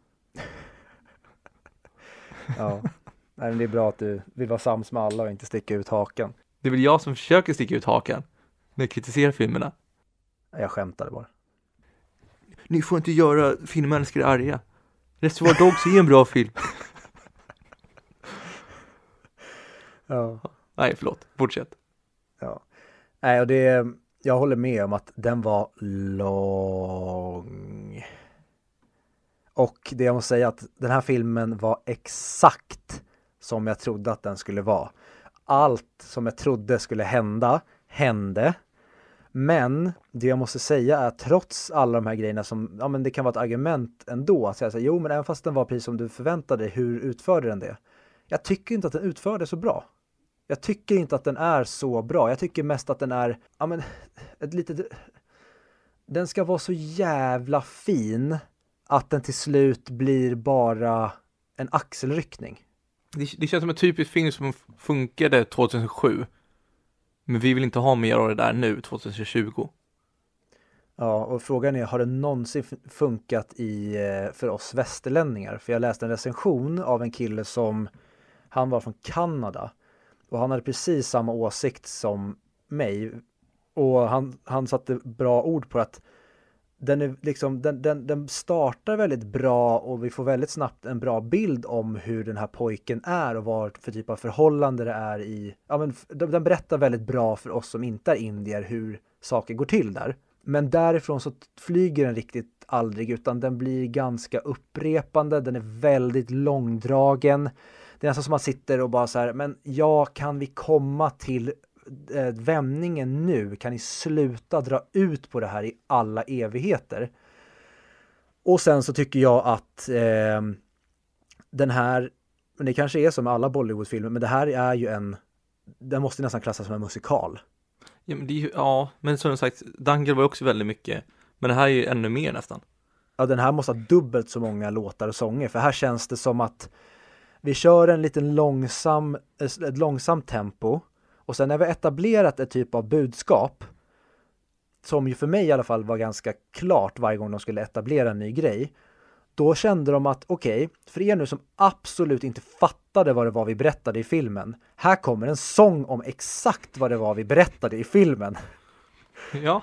Ja, nej, men det är bra att du vill vara sams med alla och inte sticka ut hakan. Det är väl jag som försöker sticka ut hakan när jag kritiserar filmerna. Jag skämtade bara. Ni får inte göra filmälskare arga. Reservoir Dogs är en bra film. Ja. Nej, förlåt. Fortsätt. Ja. Nej, och det, jag håller med om att den var lång. Och det jag måste säga att den här filmen var exakt som jag trodde att den skulle vara. Allt som jag trodde skulle hända, hände. Men det jag måste säga är trots alla de här grejerna som, ja men det kan vara ett argument ändå. Att säga så här, jo men även fast den var precis som du förväntade dig, hur utförde den det? Jag tycker inte att den utförde så bra. Jag tycker inte att den är så bra. Jag tycker mest att den är, ja men, ett litet, den ska vara så jävla fin att den till slut blir bara en axelryckning. Det, det känns som en typisk film som funkade tjugohundrasju. Men vi vill inte ha mer av det där nu, tjugohundratjugo. Ja, och frågan är, har det någonsin funkat i, för oss västerlänningar? För jag läste en recension av en kille som, han var från Kanada. Och han hade precis samma åsikt som mig. Och han, han satte bra ord på att den, är liksom, den, den, den startar väldigt bra och vi får väldigt snabbt en bra bild om hur den här pojken är och vad för typ av förhållande det är i. Ja, men den berättar väldigt bra för oss som inte är indier hur saker går till där. Men därifrån så flyger den riktigt aldrig, utan den blir ganska upprepande, den är väldigt långdragen. Det är nästan som man sitter och bara så här, men ja, kan vi komma till eh, vändningen nu? Kan ni sluta dra ut på det här i alla evigheter? Och sen så tycker jag att eh, den här, men det kanske är som med alla Bollywoodfilmer, men det här är ju en, den måste nästan klassas som en musikal. Ja, men, det är ju, ja, men som sagt, Dangal var också väldigt mycket, men det här är ju ännu mer nästan. Ja, den här måste ha dubbelt så många låtar och sånger, för här känns det som att vi kör en liten långsam, ett långsamt tempo och sen när vi etablerat ett typ av budskap som ju för mig i alla fall var ganska klart varje gång de skulle etablera en ny grej, då kände de att okej, okay, för er nu som absolut inte fattade vad det var vi berättade i filmen, här kommer en sång om exakt vad det var vi berättade i filmen. Ja.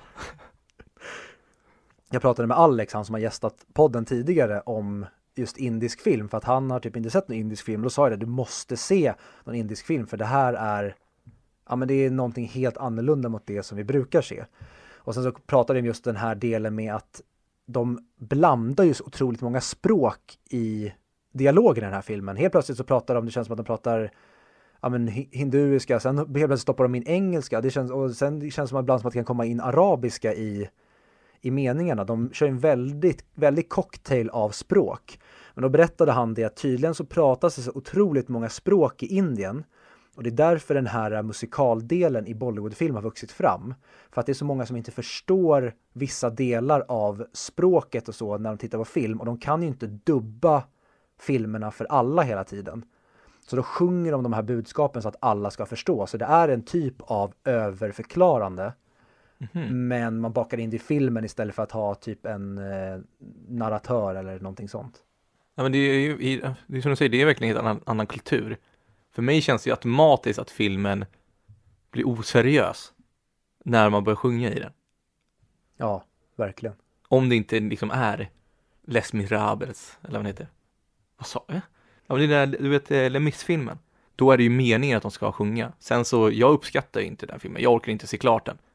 Jag pratade med Alex, han som har gästat podden tidigare, om just indisk film, för att han har typ inte sett någon indisk film. Då sa jag det, du måste se någon indisk film, för det här är, ja men det är någonting helt annorlunda mot det som vi brukar se. Och sen så pratade vi om just den här delen med att de blandar ju så otroligt många språk i dialogen i den här filmen. Helt plötsligt så pratar de, det känns som att de pratar, ja men hinduiska, sen helt plötsligt stoppar de in engelska, det känns, och sen det känns som att ibland som att det kan komma in arabiska i i meningarna. De kör en väldigt, väldigt cocktail av språk. Men då berättade han det att tydligen så pratas det så otroligt många språk i Indien. Och det är därför den här musikaldelen i Bollywoodfilm har vuxit fram. För att det är så många som inte förstår vissa delar av språket och så när de tittar på film. Och de kan ju inte dubba filmerna för alla hela tiden. Så då sjunger de de här budskapen så att alla ska förstå. Så det är en typ av överförklarande. Mm-hmm. Men man bakar in det i filmen istället för att ha typ en eh, narratör eller någonting sånt. Ja, men det är ju, det är som du säger, det är verkligen en annan, annan kultur. För mig känns det ju automatiskt att filmen blir oseriös när man börjar sjunga i den. Ja, verkligen. Om det inte liksom är Les Miserables, eller vad det heter. Vad sa jag? Ja, men det är där, du vet, Les Mis-filmen. Då är det ju meningen att de ska sjunga. Sen så, jag uppskattar ju inte den filmen. Jag orkar inte se klart den.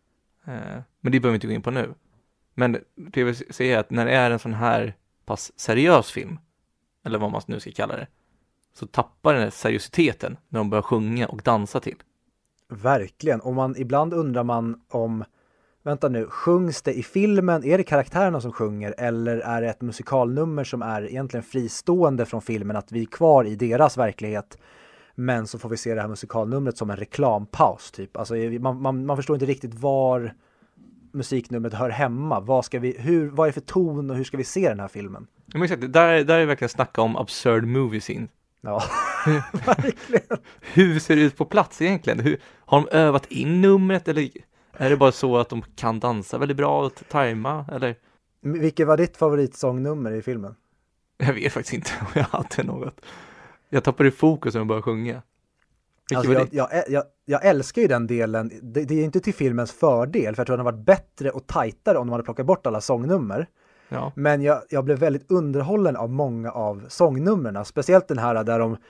Men det behöver vi inte gå in på nu. Men det jag vill säga är att när det är en sån här pass seriös film, eller vad man nu ska kalla det, så tappar den här seriositeten när de börjar sjunga och dansa till. Verkligen. Och man, ibland undrar man om, vänta nu, sjungs det i filmen? Är det karaktärerna som sjunger? Eller är det ett musikalnummer som är egentligen fristående från filmen, att vi är kvar i deras verklighet? Men så får vi se det här musikalnumret som en reklampaus typ. Alltså man, man, man förstår inte riktigt var musiknumret hör hemma. Vad ska vi, hur, vad är det för ton och hur ska vi se den här filmen? Men exakt, där, där är verkligen snacka om absurd movie scene. Ja, verkligen. Hur ser det ut på plats egentligen? Hur, har de övat in numret eller är det bara så att de kan dansa väldigt bra och tajma? Eller? Vilket var ditt favoritsångnummer i filmen? Jag vet faktiskt inte om jag hade något. Jag tappade fokus när jag började sjunga. Alltså jag, jag, jag, jag älskar ju den delen. Det, det är inte till filmens fördel, för jag tror att den hade varit bättre och tajtare om de hade plockat bort alla sångnummer. Ja. Men jag, jag blev väldigt underhållen av många av sångnummerna. Speciellt den här där de,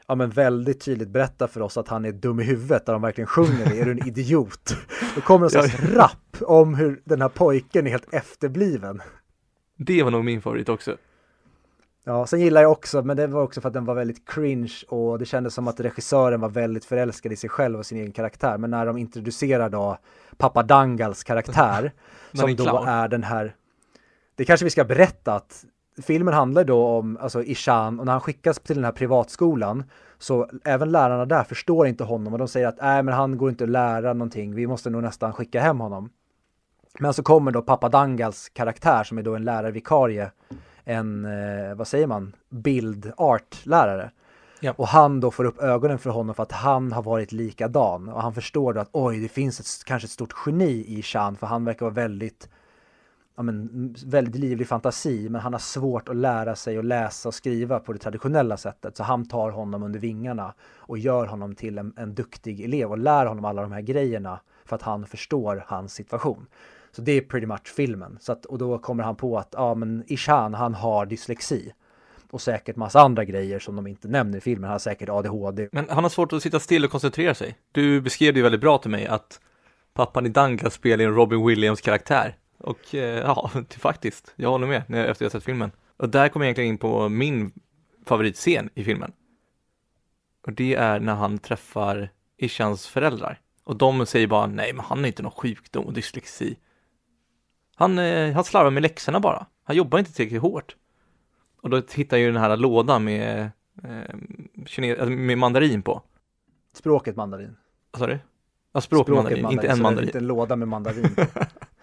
ja, men väldigt tydligt berättar för oss att han är dum i huvudet, där de verkligen sjunger det, är du en idiot? Då kommer en slags rapp om hur den här pojken är helt efterbliven. Det var nog min favorit också. Ja, sen gillar jag också, men det var också för att den var väldigt cringe och det kändes som att regissören var väldigt förälskad i sig själv och sin egen karaktär. Men när de introducerar då Pappa Dangals karaktär som då är den här, det kanske vi ska berätta att filmen handlar då om alltså Ishan, och när han skickas till den här privatskolan så även lärarna där förstår inte honom och de säger att nej, men han går inte att lära någonting, vi måste nog nästan skicka hem honom. Men så kommer då Pappa Dangals karaktär som är då en lärarvikarie, en, eh, vad säger man, bild-art-lärare. Ja. Och han då får upp ögonen för honom för att han har varit likadan. Och han förstår då att oj, det finns ett, kanske ett stort geni i Ishan, för han verkar vara väldigt, ja, men, väldigt livlig fantasi, men han har svårt att lära sig att läsa och skriva på det traditionella sättet. Så han tar honom under vingarna och gör honom till en, en duktig elev och lär honom alla de här grejerna för att han förstår hans situation. Så det är pretty much filmen. Så att, och då kommer han på att ja, men Ishan, han har dyslexi. Och säkert massa andra grejer som de inte nämner i filmen. Han har säkert A D H D. Men han har svårt att sitta still och koncentrera sig. Du beskrev det ju väldigt bra till mig att pappan i Danga spelar en Robin Williams karaktär. Och eh, ja, faktiskt, jag håller med när, efter jag sett filmen. Och där kommer jag egentligen in på min favoritscen i filmen. Och det är när han träffar Ishans föräldrar. Och de säger bara, nej men han har inte någon sjukdom och dyslexi. Han, eh, han slarvar med läxorna bara. Han jobbar inte tillräckligt hårt. Och då hittar ju den här lådan med, eh, kine- med mandarin på. Språket mandarin. Vad sa du? Ja, språket, språket mandarin, mandarin, inte en mandarin. Inte en låda med mandarin på.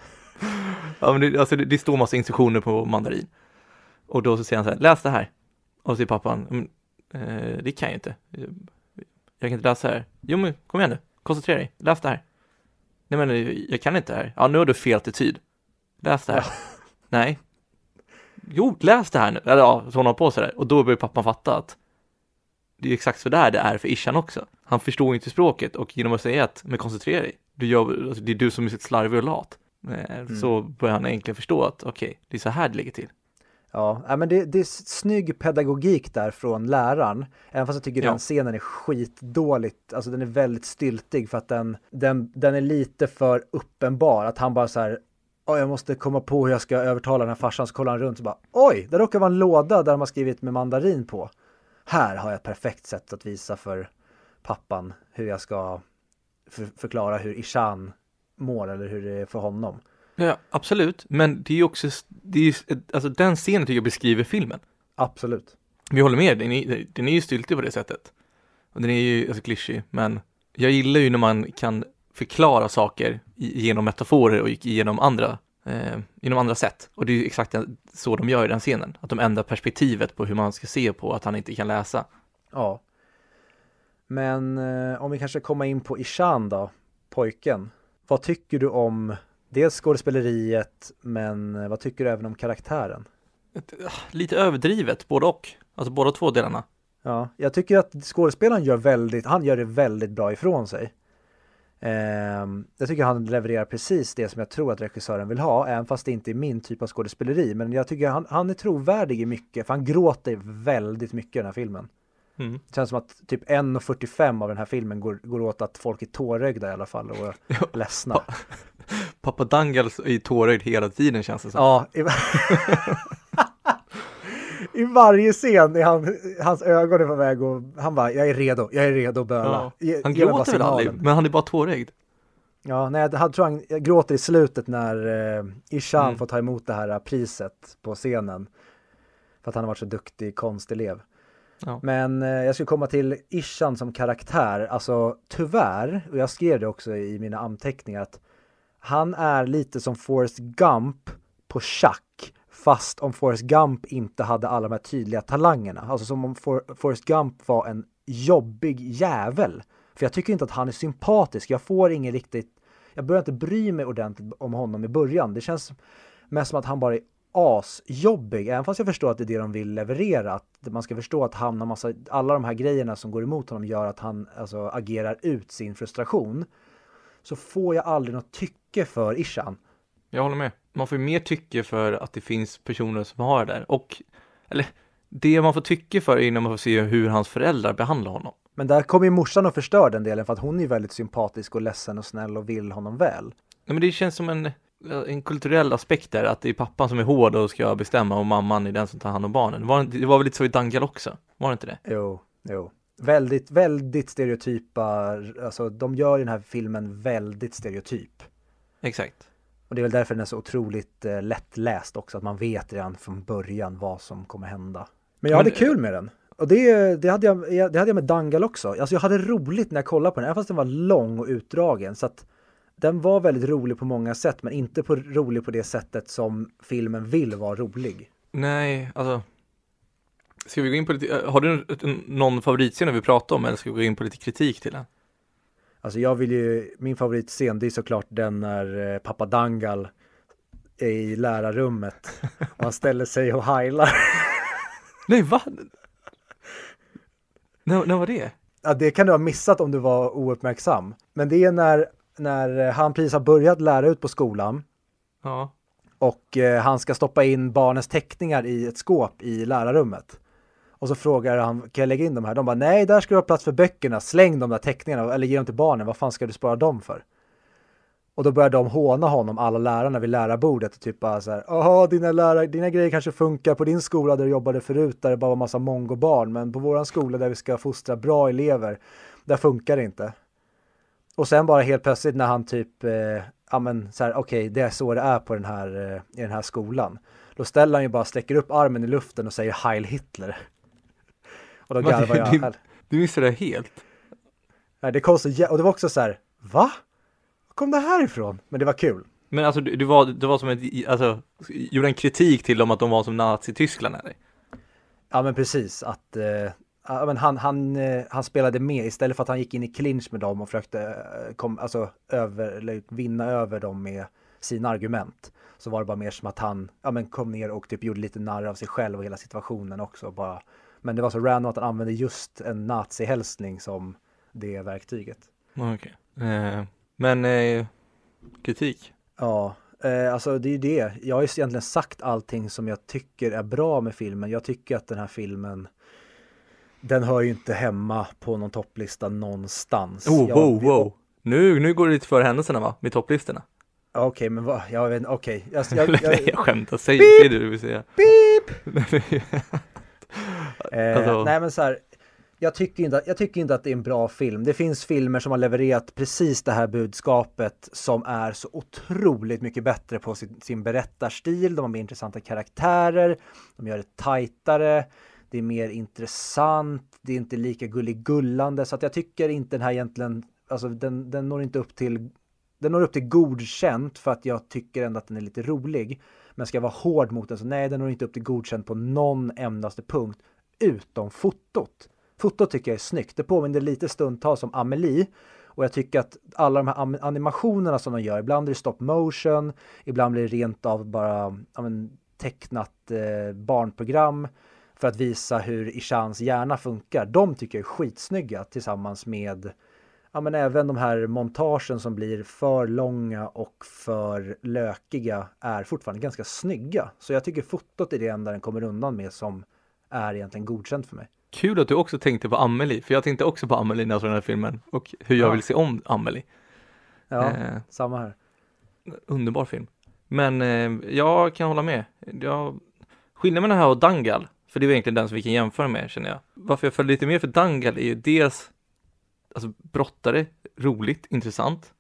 Ja, men det, alltså, det, det står massa instruktioner på mandarin. Och då så säger han så här, läs det här. Och så säger pappan, eh, det kan jag inte. Jag kan inte läsa det här. Jo men kom igen nu, koncentrera dig, läs det här. Nej men jag kan inte det här. Ja, nu har du fel attityd. Läs det här. Ja. Nej. Jo, läs det här nu. Eller ja, så hon har på sig det. Och då börjar pappan fatta att det är exakt så där det är för Ishan också. Han förstår inte språket och genom att säga att men koncentrera dig. Du gör, alltså, det är du som är sitt slarvig och lat. Mm. Så börjar han egentligen förstå att okej, okay, det är så här det ligger till. Ja, men det, det är snygg pedagogik där från läraren. Även fast jag tycker ja. den scenen är skitdåligt. Alltså den är väldigt styltig för att den, den, den är lite för uppenbar. Att han bara så här, oj, jag måste komma på hur jag ska övertala den här farsan. Så kollar han runt och bara, oj, där råkar vara en låda där de har skrivit med mandarin på. Här har jag ett perfekt sätt att visa för pappan hur jag ska för, förklara hur Ishan mår eller hur det är för honom. Ja, absolut. Men det är ju också, det är ju, alltså den scenen tycker jag beskriver filmen. Absolut. Vi håller med, den är, den är ju styltig på det sättet. Och den är ju alltså klyschig, men jag gillar ju när man kan förklara saker genom metaforer och genom andra, eh, genom andra sätt. Och det är ju exakt så de gör i den scenen. Att de ändrar perspektivet på hur man ska se på att han inte kan läsa. Ja. Men eh, om vi kanske kommer in på Ishan då, pojken. Vad tycker du om dels skådespeleriet, men vad tycker du även om karaktären? Lite överdrivet, både och. Alltså båda två delarna. Ja, jag tycker att skådespelaren gör väldigt, han gör det väldigt bra ifrån sig. Eh, jag tycker han levererar precis det som jag tror att regissören vill ha, även fast det inte är min typ av skådespeleri. Men jag tycker han, han är trovärdig i mycket, för han gråter väldigt mycket i den här filmen. Mm. Det känns som att typ en komma fyrtiofem av den här filmen går, går åt att folk är tårögda i alla fall och ja. ledsna. Pa- Pappa Dangals är tårögd hela tiden, känns det som. Ja, i, i varje scen är han, hans ögon är på väg och han bara, jag är redo, jag är redo att böla. Ja. Han gråter väl aldrig, men han är bara tårögd. Ja, nej, jag tror han jag gråter i slutet när eh, Ishan mm. får ta emot det här priset på scenen. För att han har varit så duktig konstelev. Ja. Men eh, jag skulle komma till Ishan som karaktär. Alltså tyvärr, och jag skrev det också i mina anteckningar, att han är lite som Forrest Gump på schack. Fast om Forrest Gump inte hade alla de här tydliga talangerna. Alltså som om For- Forrest Gump var en jobbig jävel. För jag tycker inte att han är sympatisk. Jag får ingen riktigt, jag börjar inte bry mig ordentligt om honom i början. Det känns mest som att han bara är asjobbig, även fast jag förstår att det är det de vill leverera, att man ska förstå att han har massa, alla de här grejerna som går emot honom gör att han alltså agerar ut sin frustration, så får jag aldrig något tycke för Ishan. Jag håller med. Man får mer tycke för att det finns personer som har det där, och eller det man får tycka för innan man får se hur hans föräldrar behandlar honom. Men där kommer ju morsan och förstör den delen för att hon är väldigt sympatisk och ledsen och snäll och vill honom väl. Nej, men det känns som en, en kulturell aspekt där, att det är pappan som är hård och ska bestämma och mamman är den som tar hand om barnen. Det var, det var väl lite så i Dangal också, var det inte det? Jo, jo. Väldigt, väldigt stereotypa, alltså de gör i den här filmen väldigt stereotyp. Exakt. Och det är väl därför den är så otroligt eh, lättläst också, att man vet redan från början vad som kommer hända. Men jag hade Men, kul med den. Och det, det, hade jag, det hade jag med Dangal också. Alltså jag hade roligt när jag kollade på den, även fast den var lång och utdragen. Så att den var väldigt rolig på många sätt, men inte på, rolig på det sättet som filmen vill vara rolig. Nej, alltså... Ska vi gå in på lite... Har du någon favoritscen vi pratar om, eller ska vi gå in på lite kritik till den? Alltså jag vill ju... Min favoritscen, det är såklart den när pappa Dangal är i lärarrummet och han ställer sig och heilar. Nej, va? När, när var det? Ja, det kan du ha missat om du var ouppmärksam. Men det är när, när han precis har börjat lära ut på skolan. Ja. Och eh, han ska stoppa in barnens teckningar i ett skåp i lärarrummet. Och så frågar han, kan jag lägga in de här? De bara, nej, där ska du ha plats för böckerna. Släng de där teckningarna eller ge dem till barnen. Vad fan ska du spara dem för? Och då börjar de håna honom, alla lärarna vid lärarbordet. Och typ bara så här, jaha, dina, lärare, dina grejer kanske funkar på din skola där du jobbade förut. Där det bara var massa mongobarn. Men på våran skola där vi ska fostra bra elever, där funkar det inte. Och sen bara helt plötsligt när han typ, eh, ja men så här, okej, okay, det är så det är på den här, eh, i den här skolan. Då ställer han ju bara, sträcker upp armen i luften och säger Heil Hitler. Och då garvar jag. Du, du missade det helt. Nej, det kom så, och det var också så här, va? Kom det här ifrån? Men det var kul. Men alltså du, du var du var som en, alltså gjorde en kritik till dem att de var som Nazi-Tyskland eller? Ja men precis att eh, ja, men han han eh, han spelade med istället för att han gick in i clinch med dem och försökte eh, kom, alltså över eller vinna över dem med sina argument. Så var det bara mer som att han ja men kom ner och typ gjorde lite narr av sig själv och hela situationen också bara. Men det var så random att han använde just en nazi-hälsning som det verktyget. Okej. Okay. Eh. Men eh, kritik? Ja, eh, alltså det är ju det. Jag har ju egentligen sagt allting som jag tycker är bra med filmen. Jag tycker att den här filmen, den hör ju inte hemma på någon topplista någonstans. Oh, jag, wow, wow. Nu, nu går det lite för händelserna va? Med topplistorna. Okej, okay, men vad? Jag vet okej. Okay. Jag, jag, jag, jag skämtar. Säg, säg det du vill säga. Beep! eh, alltså. Nej men så här. Jag tycker, inte, jag tycker inte att det är en bra film. Det finns filmer som har levererat precis det här budskapet som är så otroligt mycket bättre på sin, sin berättarstil. De har mer intressanta karaktärer. De gör det tajtare. Det är mer intressant. Det är inte lika gulligullande. Så att jag tycker inte den här egentligen... Alltså den, den når inte upp till... Den når upp till godkänt för att jag tycker ändå att den är lite rolig. Men ska jag vara hård mot den så nej, den når inte upp till godkänt på någon endaste punkt. Utom fotot. Fotot tycker jag är snyggt. Det påminner lite stundtals om Amelie. Och jag tycker att alla de här animationerna som de gör, ibland är det stop motion, ibland blir det rent av bara ja, men, tecknat eh, barnprogram för att visa hur Ishans hjärna funkar. De tycker jag är skitsnygga tillsammans med ja, men även de här montagen som blir för långa och för lökiga är fortfarande ganska snygga. Så jag tycker fotot är det enda den kommer undan med som är egentligen godkänt för mig. Kul att du också tänkte på Amelie, för jag tänkte också på Amelie när jag såg den här filmen och hur jag ja. vill se om Amelie. Ja, eh, samma här. Underbar film. Men eh, jag kan hålla med. Jag... Skillnaden med den här och Dangal, för det är egentligen den som vi kan jämföra med, känner jag. Varför jag följer lite mer för Dangal är ju dels alltså, brottare, roligt, intressant.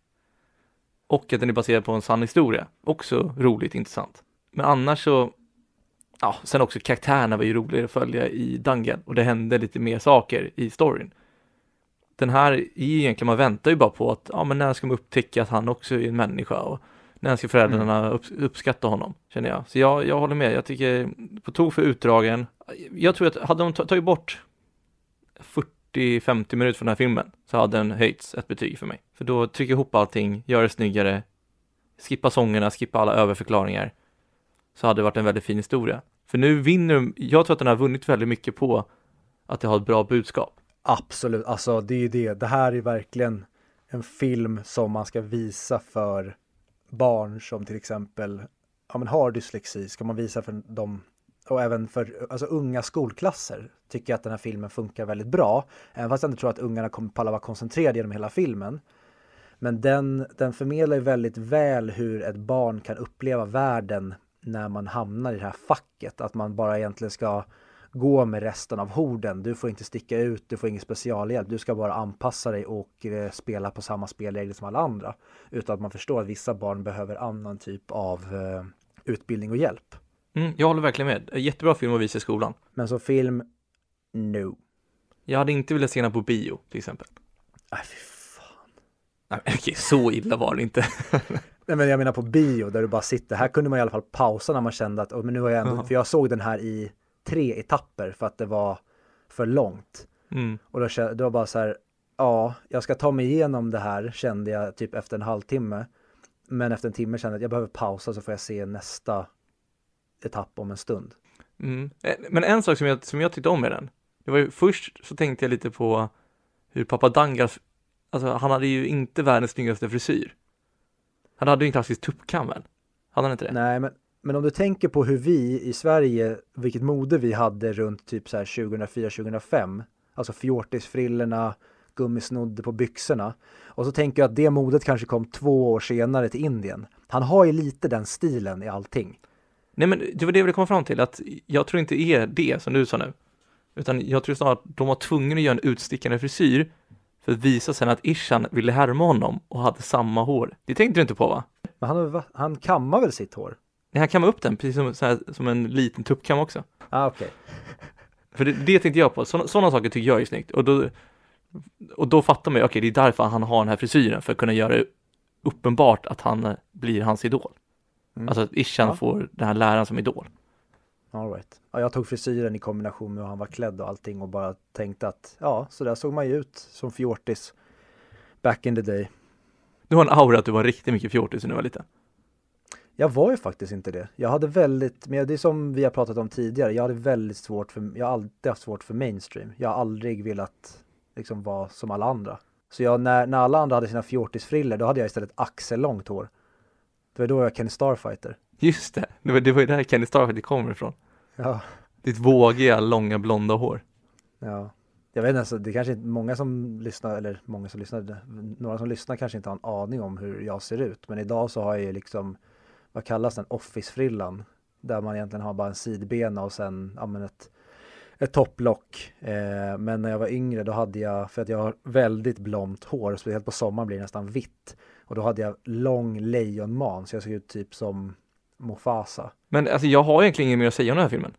Och att den är baserad på en sann historia. Också roligt, intressant. Men annars så ja, sen också karaktärerna var ju roligare att följa i Dangal och det hände lite mer saker i storyn. Den här är egentligen, man väntar ju bara på att ja, men när ska man upptäcka att han också är en människa och när ska föräldrarna upp, uppskatta honom, känner jag. Så jag, jag håller med, jag tycker på tog för utdragen. Jag tror att hade de tagit bort fyrtio till femtio minuter från den här filmen så hade den höjts ett betyg för mig. För då trycker jag ihop allting, gör det snyggare, skippa sångerna, skippa alla överförklaringar. Så hade det varit en väldigt fin historia. För nu vinner, jag tror att den har vunnit väldigt mycket på att det har ett bra budskap. Absolut, alltså det är ju det. Det här är verkligen en film som man ska visa för barn som till exempel ja, men har dyslexi. Ska man visa för dem och även för alltså, unga skolklasser tycker jag att den här filmen funkar väldigt bra. Även fast jag inte tror att ungarna kommer palla vara koncentrerade genom hela filmen. Men den, den förmedlar ju väldigt väl hur ett barn kan uppleva världen när man hamnar i det här facket. Att man bara egentligen ska gå med resten av horden. Du får inte sticka ut, du får ingen specialhjälp. Du ska bara anpassa dig och eh, spela på samma spelregler som alla andra. Utan att man förstår att vissa barn behöver annan typ av eh, utbildning och hjälp. Mm, jag håller verkligen med. Jättebra film att visa i skolan. Men som film, no. Jag hade inte velat se den på bio, till exempel. Nej, fy fan. Nej, okej, så illa var det inte. Nej, men jag menar på bio där du bara sitter. Här kunde man i alla fall pausa när man kände att, oh, men nu har jag ändå, uh-huh. för jag såg den här i tre etapper för att det var för långt. Mm. Och då, då var bara så här, ja, jag ska ta mig igenom det här, kände jag typ efter en halvtimme. Men efter en timme kände jag att jag behöver pausa så får jag se nästa etapp om en stund. Mm. Men en sak som jag, som jag tyckte om med den, det var ju först så tänkte jag lite på hur pappa Dangas, alltså han hade ju inte världens snyggaste frisyr. Han hade ju inte haft sitt tuppkam väl? Hade han inte det? Nej, men, men om du tänker på hur vi i Sverige, vilket mode vi hade runt typ så här tjugohundrafyra tjugohundrafem, alltså fjortisfrillorna, gummisnodde på byxorna. Och så tänker jag att det modet kanske kom två år senare till Indien. Han har ju lite den stilen i allting. Nej, men det var det jag ville komma fram till, att jag tror inte är det som du sa nu. Utan jag tror snarare att de var tvungna att göra en utstickande frisyr för att visa sen att Ishan ville härma honom och hade samma hår. Det tänkte du inte på, va? Men han, han kammar väl sitt hår? Nej, han kammar upp den, precis som, så här, som en liten tuppkam också. Ah, okej. Okay. För det, det tänkte jag på. Så, sådana saker tycker jag är snyggt. Och då, och då fattar man ju, okej, okay, det är därför han har den här frisyren. För att kunna göra det uppenbart att han blir hans idol. Mm. Alltså att Ishan ja. får den här läraren som idol. All right. Ja, jag tog frisyren i kombination med hur han var klädd och allting och bara tänkte att ja, så där såg man ju ut som fjortis back in the day. Du har en aura att du var riktigt mycket fjortis när du var liten. Jag var ju faktiskt inte det. Jag hade väldigt, men det är som vi har pratat om tidigare, jag hade väldigt svårt för, jag har alltid haft svårt för mainstream. Jag har aldrig velat liksom vara som alla andra. Så jag, när, när alla andra hade sina fjortisfriller, då hade jag istället axellångt hår. Det var då jag Kenny Starfighter. Just det, det var, det var ju där Kenny Starfighter kommer ifrån. Ja. Ditt vågiga, långa, blonda hår. Ja. Jag vet inte, alltså, det är kanske inte många som lyssnar, eller många som lyssnar, några som lyssnar kanske inte har en aning om hur jag ser ut. Men idag så har jag ju liksom, vad kallas den, office-frillan. Där man egentligen har bara en sidbena och sen ja, men ett, ett topplock. Eh, men när jag var yngre då hade jag, för att jag har väldigt blont hår, speciellt på sommaren blir det nästan vitt. Och då hade jag lång lejonman, så jag såg ut typ som Mufasa. Men alltså jag har egentligen inget mer att säga om den här filmen.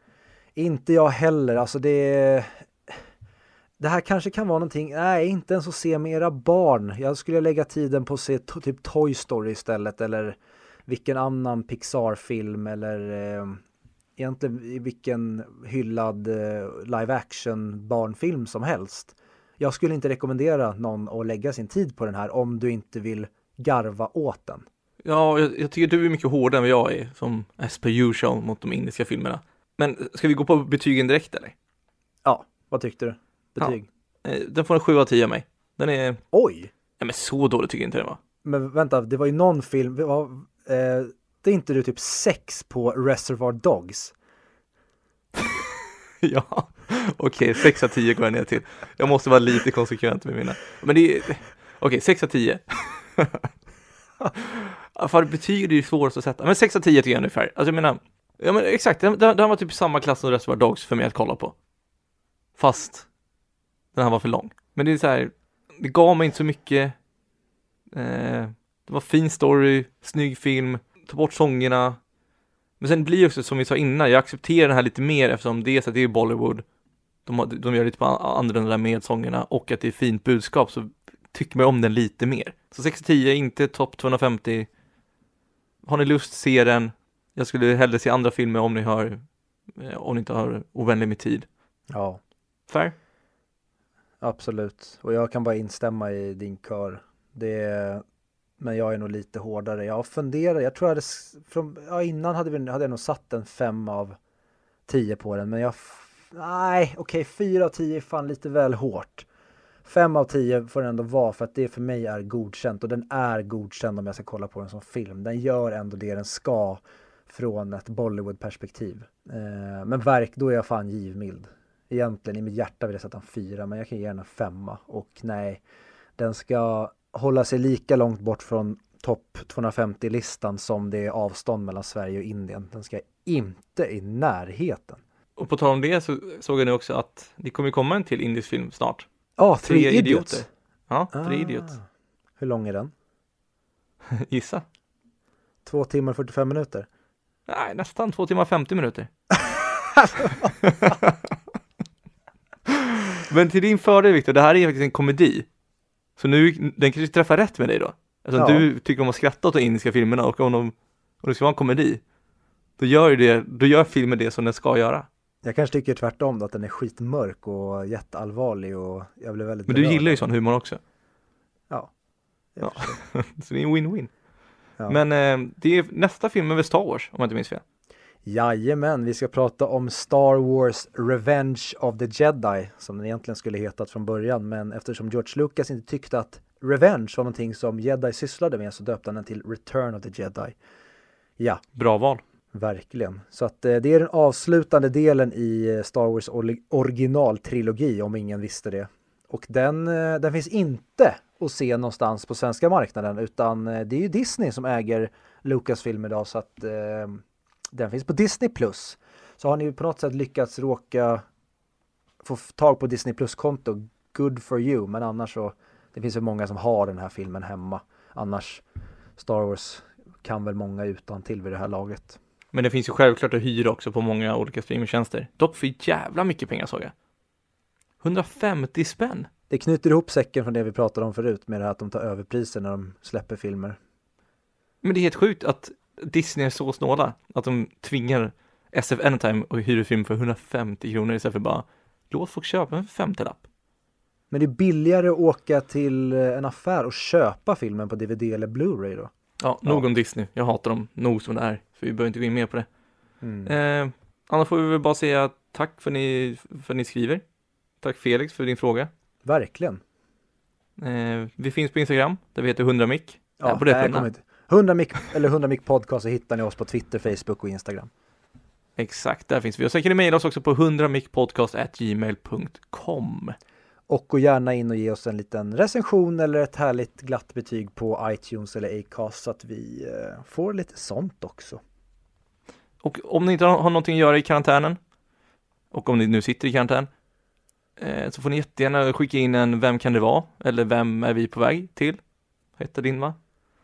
Inte jag heller, alltså det det här kanske kan vara någonting, nej inte ens att se med era barn. Jag skulle lägga tiden på att se to- typ Toy Story istället, eller vilken annan Pixar-film, eller eh, egentligen vilken hyllad eh, live action barnfilm som helst. Jag skulle inte rekommendera någon att lägga sin tid på den här om du inte vill garva åt den. Ja, jag, jag tycker du är mycket hårdare än vad jag är, som as per usual mot de indiska filmerna. Men ska vi gå på betygen direkt eller? Ja, vad tyckte du? Betyg? Ja. Den får en sju av tio av mig. Den är... Oj! Ja, men så dåligt tycker jag inte det var. Men vänta, det var ju någon film, det var, eh, det är inte du typ sex på Reservoir Dogs? Ja, okej, okay, sex av tio går jag ner till. Jag måste vara lite konsekvent med mina. Men det är, okej, okay, sex av tio. För betyg är ju svårt att sätta. Men sex av tio tycker jag ungefär. Alltså jag menar, ja men exakt, den, den var typ samma klass som Reservoir Dogs för mig att kolla på. Fast den här var för lång. Men det är så här, det gav mig inte så mycket. Eh, det var fin story, snygg film, ta bort sångerna. Men sen blir det också som vi sa innan, jag accepterar det här lite mer eftersom det är så att det är Bollywood. De, de gör lite på annorlunda med sångerna och att det är fint budskap, så tycker man om den lite mer. Så sex av tio, inte topp tvåhundrafemtio. Har ni lust, se den. Jag skulle hellre se andra filmer om ni har om ni inte har ovänlig med tid. Ja. Fair? Absolut. Och jag kan bara instämma i din kör. Det är, men jag är nog lite hårdare. Jag funderar, jag tror jag hade, från, ja, innan hade, vi, hade jag nog satt en fem av tio på den. Men jag, nej, okej, okay, fyra av tio är fan lite väl hårt. Fem av tio får den ändå vara, för att det för mig är godkänt. Och den är godkänd om jag ska kolla på den som film. Den gör ändå det den ska från ett Bollywood-perspektiv. Eh, men verk, då är jag fan givmild. Egentligen i mitt hjärta vill jag sätta en fyra, men jag kan ge den en femma. Och nej, den ska hålla sig lika långt bort från topp tvåhundrafemtio-listan som det är avstånd mellan Sverige och Indien. Den ska inte i närheten. Och på tal om det så såg jag nu också att det kommer komma en till indisk film snart. Ja, oh, Three, Three Idiots. Idiots. Ja, ah. Three Idiots. Hur lång är den? Gissa. Två timmar och fyrtiofem minuter. Nej, nästan två timmar och femtio minuter. Men till din fördel, Victor, det här är faktiskt en komedi. Så nu, den kanske träffar rätt med dig då. Alltså ja. Du tycker om att skratta åt de indiska filmerna och om, de, om det ska vara en komedi, då gör, det, då gör filmen det som den ska göra. Jag kanske tycker tvärtom då, att den är skitmörk och jätteallvarlig och jag blev väldigt Men du berörd. gillar ju sån humor också. Ja. ja. Så det är en win-win. Ja. Men eh, det är nästa film över Star Wars, om jag inte minns fel. Jajamän, vi ska prata om Star Wars Revenge of the Jedi, som den egentligen skulle hetat från början, men eftersom George Lucas inte tyckte att Revenge var någonting som Jedi sysslade med så döpte han den till Return of the Jedi. Ja. Bra val. Verkligen. Så att eh, det är den avslutande delen i Star Wars or- originaltrilogi, om ingen visste det. Och den, eh, den finns inte att se någonstans på svenska marknaden, utan eh, det är ju Disney som äger Lucasfilm idag, så att eh, den finns på Disney Plus. Så har ni på något sätt lyckats råka få tag på Disney Plus-konto, good for you, men annars så det finns ju många som har den här filmen hemma. Annars Star Wars kan väl många utan till vid det här laget. Men det finns ju självklart att hyra också på många olika streamingtjänster. Dock för jävla mycket pengar, såg jag. hundrafemtio spänn. Det knyter ihop säcken från det vi pratade om förut med det här att de tar överpriser när de släpper filmer. Men det är helt sjukt att Disney är så snåla att de tvingar S F Anytime och hyra film för hundrafemtio kronor istället för bara låt folk köpa en femtiolapp. Men det är billigare att åka till en affär och köpa filmen på D V D eller Blu-ray då? Ja, nog ja. om Disney. Jag hatar dem nog som det är. För vi behöver inte gå in mer på det. Mm. Eh, annars får vi väl bara säga tack för ni, för ni skriver. Tack Felix för din fråga. Verkligen. Eh, vi finns på Instagram där vi heter hundra mic. Ja, ja, på det hundra mic eller hundra mic podcast så hittar ni oss på Twitter, Facebook och Instagram. Exakt, där finns vi. Och så kan ni mejla oss också på hundra mic podcast at gmail dot com. Och gå gärna in och ge oss en liten recension eller ett härligt glatt betyg på iTunes eller Acast så att vi eh, får lite sånt också. Och om ni inte har någonting att göra i karantänen, och om ni nu sitter i karantän, eh, så får ni jättegärna skicka in en vem kan det vara? Eller vem är vi på väg till? Heter din va?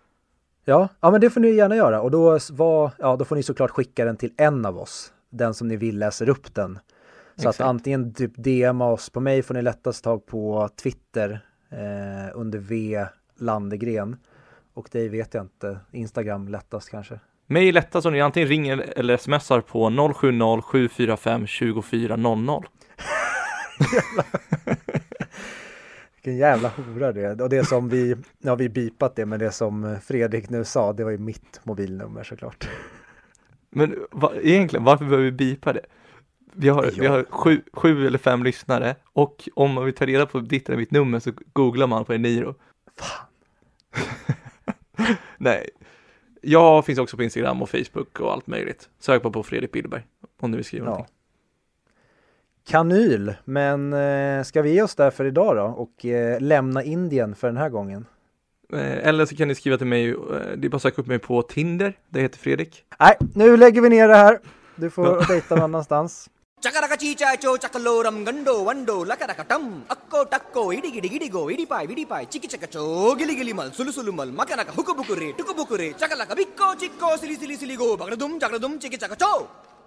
Ja, ja, men det får ni gärna göra. Och då, var, ja, då får ni såklart skicka den till en av oss. Den som ni vill läser upp den. Så Exakt. Att antingen typ D M oss, på mig får ni lättast tag på Twitter eh, under V Landegren. Och det vet jag inte, Instagram lättast kanske. Mig lättast om ni antingen ringer eller smsar på noll sju noll sju fyra fem två fyra noll noll. Vilken jävla hora det. Och det som vi, ja vi bipat det, men det som Fredrik nu sa, det var ju mitt mobilnummer såklart. Men va, egentligen, varför behöver vi bipa det? Vi har, vi har sju, sju eller fem lyssnare, och om man vill ta reda på ditt eller mitt nummer så googlar man på Eniro. Fan. Nej. Jag finns också på Instagram och Facebook och allt möjligt. Sök bara på Fredrik Billberg om du vill skriva ja. någonting. Kanyl, men eh, ska vi ge oss där för idag då och eh, lämna Indien för den här gången? Eh, eller så kan ni skriva till mig, eh, det är bara att söka upp mig på Tinder, det heter Fredrik. Nej, nu lägger vi ner det här. Du får ja. dejta någon annanstans. Chakaraka chicha cho chakaloram gando wando lakarakatam akko takko idi gidi gidi go idi pai idi pai chiki chakacho gili gili mal sulu sulu mal makanaka hukubukure tukubukure chakalaka bikko chikko sili sili sili go bagradum chakradum chiki chakacho.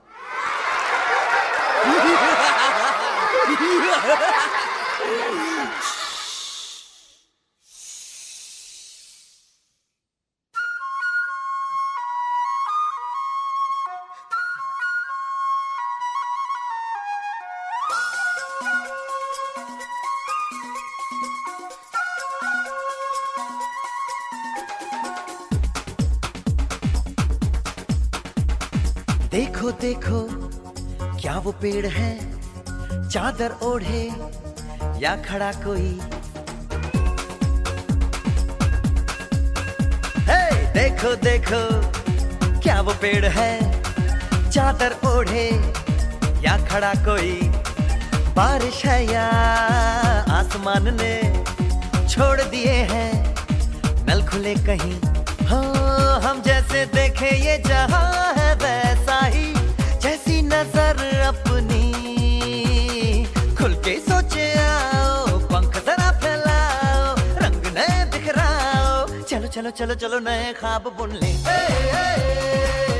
देखो देखो क्या वो पेड़ है चादर ओढ़े या खड़ा कोई हे देखो देखो क्या वो पेड़ है चादर ओढ़े या खड़ा कोई, बारिश है या आसमान ने छोड़ दिए हैं नल खुले कहीं। हाँ हम जैसे देखे ये जहां है वैसा ही, जैसी नजर अपनी खुल के सोचे आओ, पंख जरा फैलाओ, रंग नए बिखराओ, चलो चलो चलो चलो नए ख्वाब बुन ले। ए, ए, ए,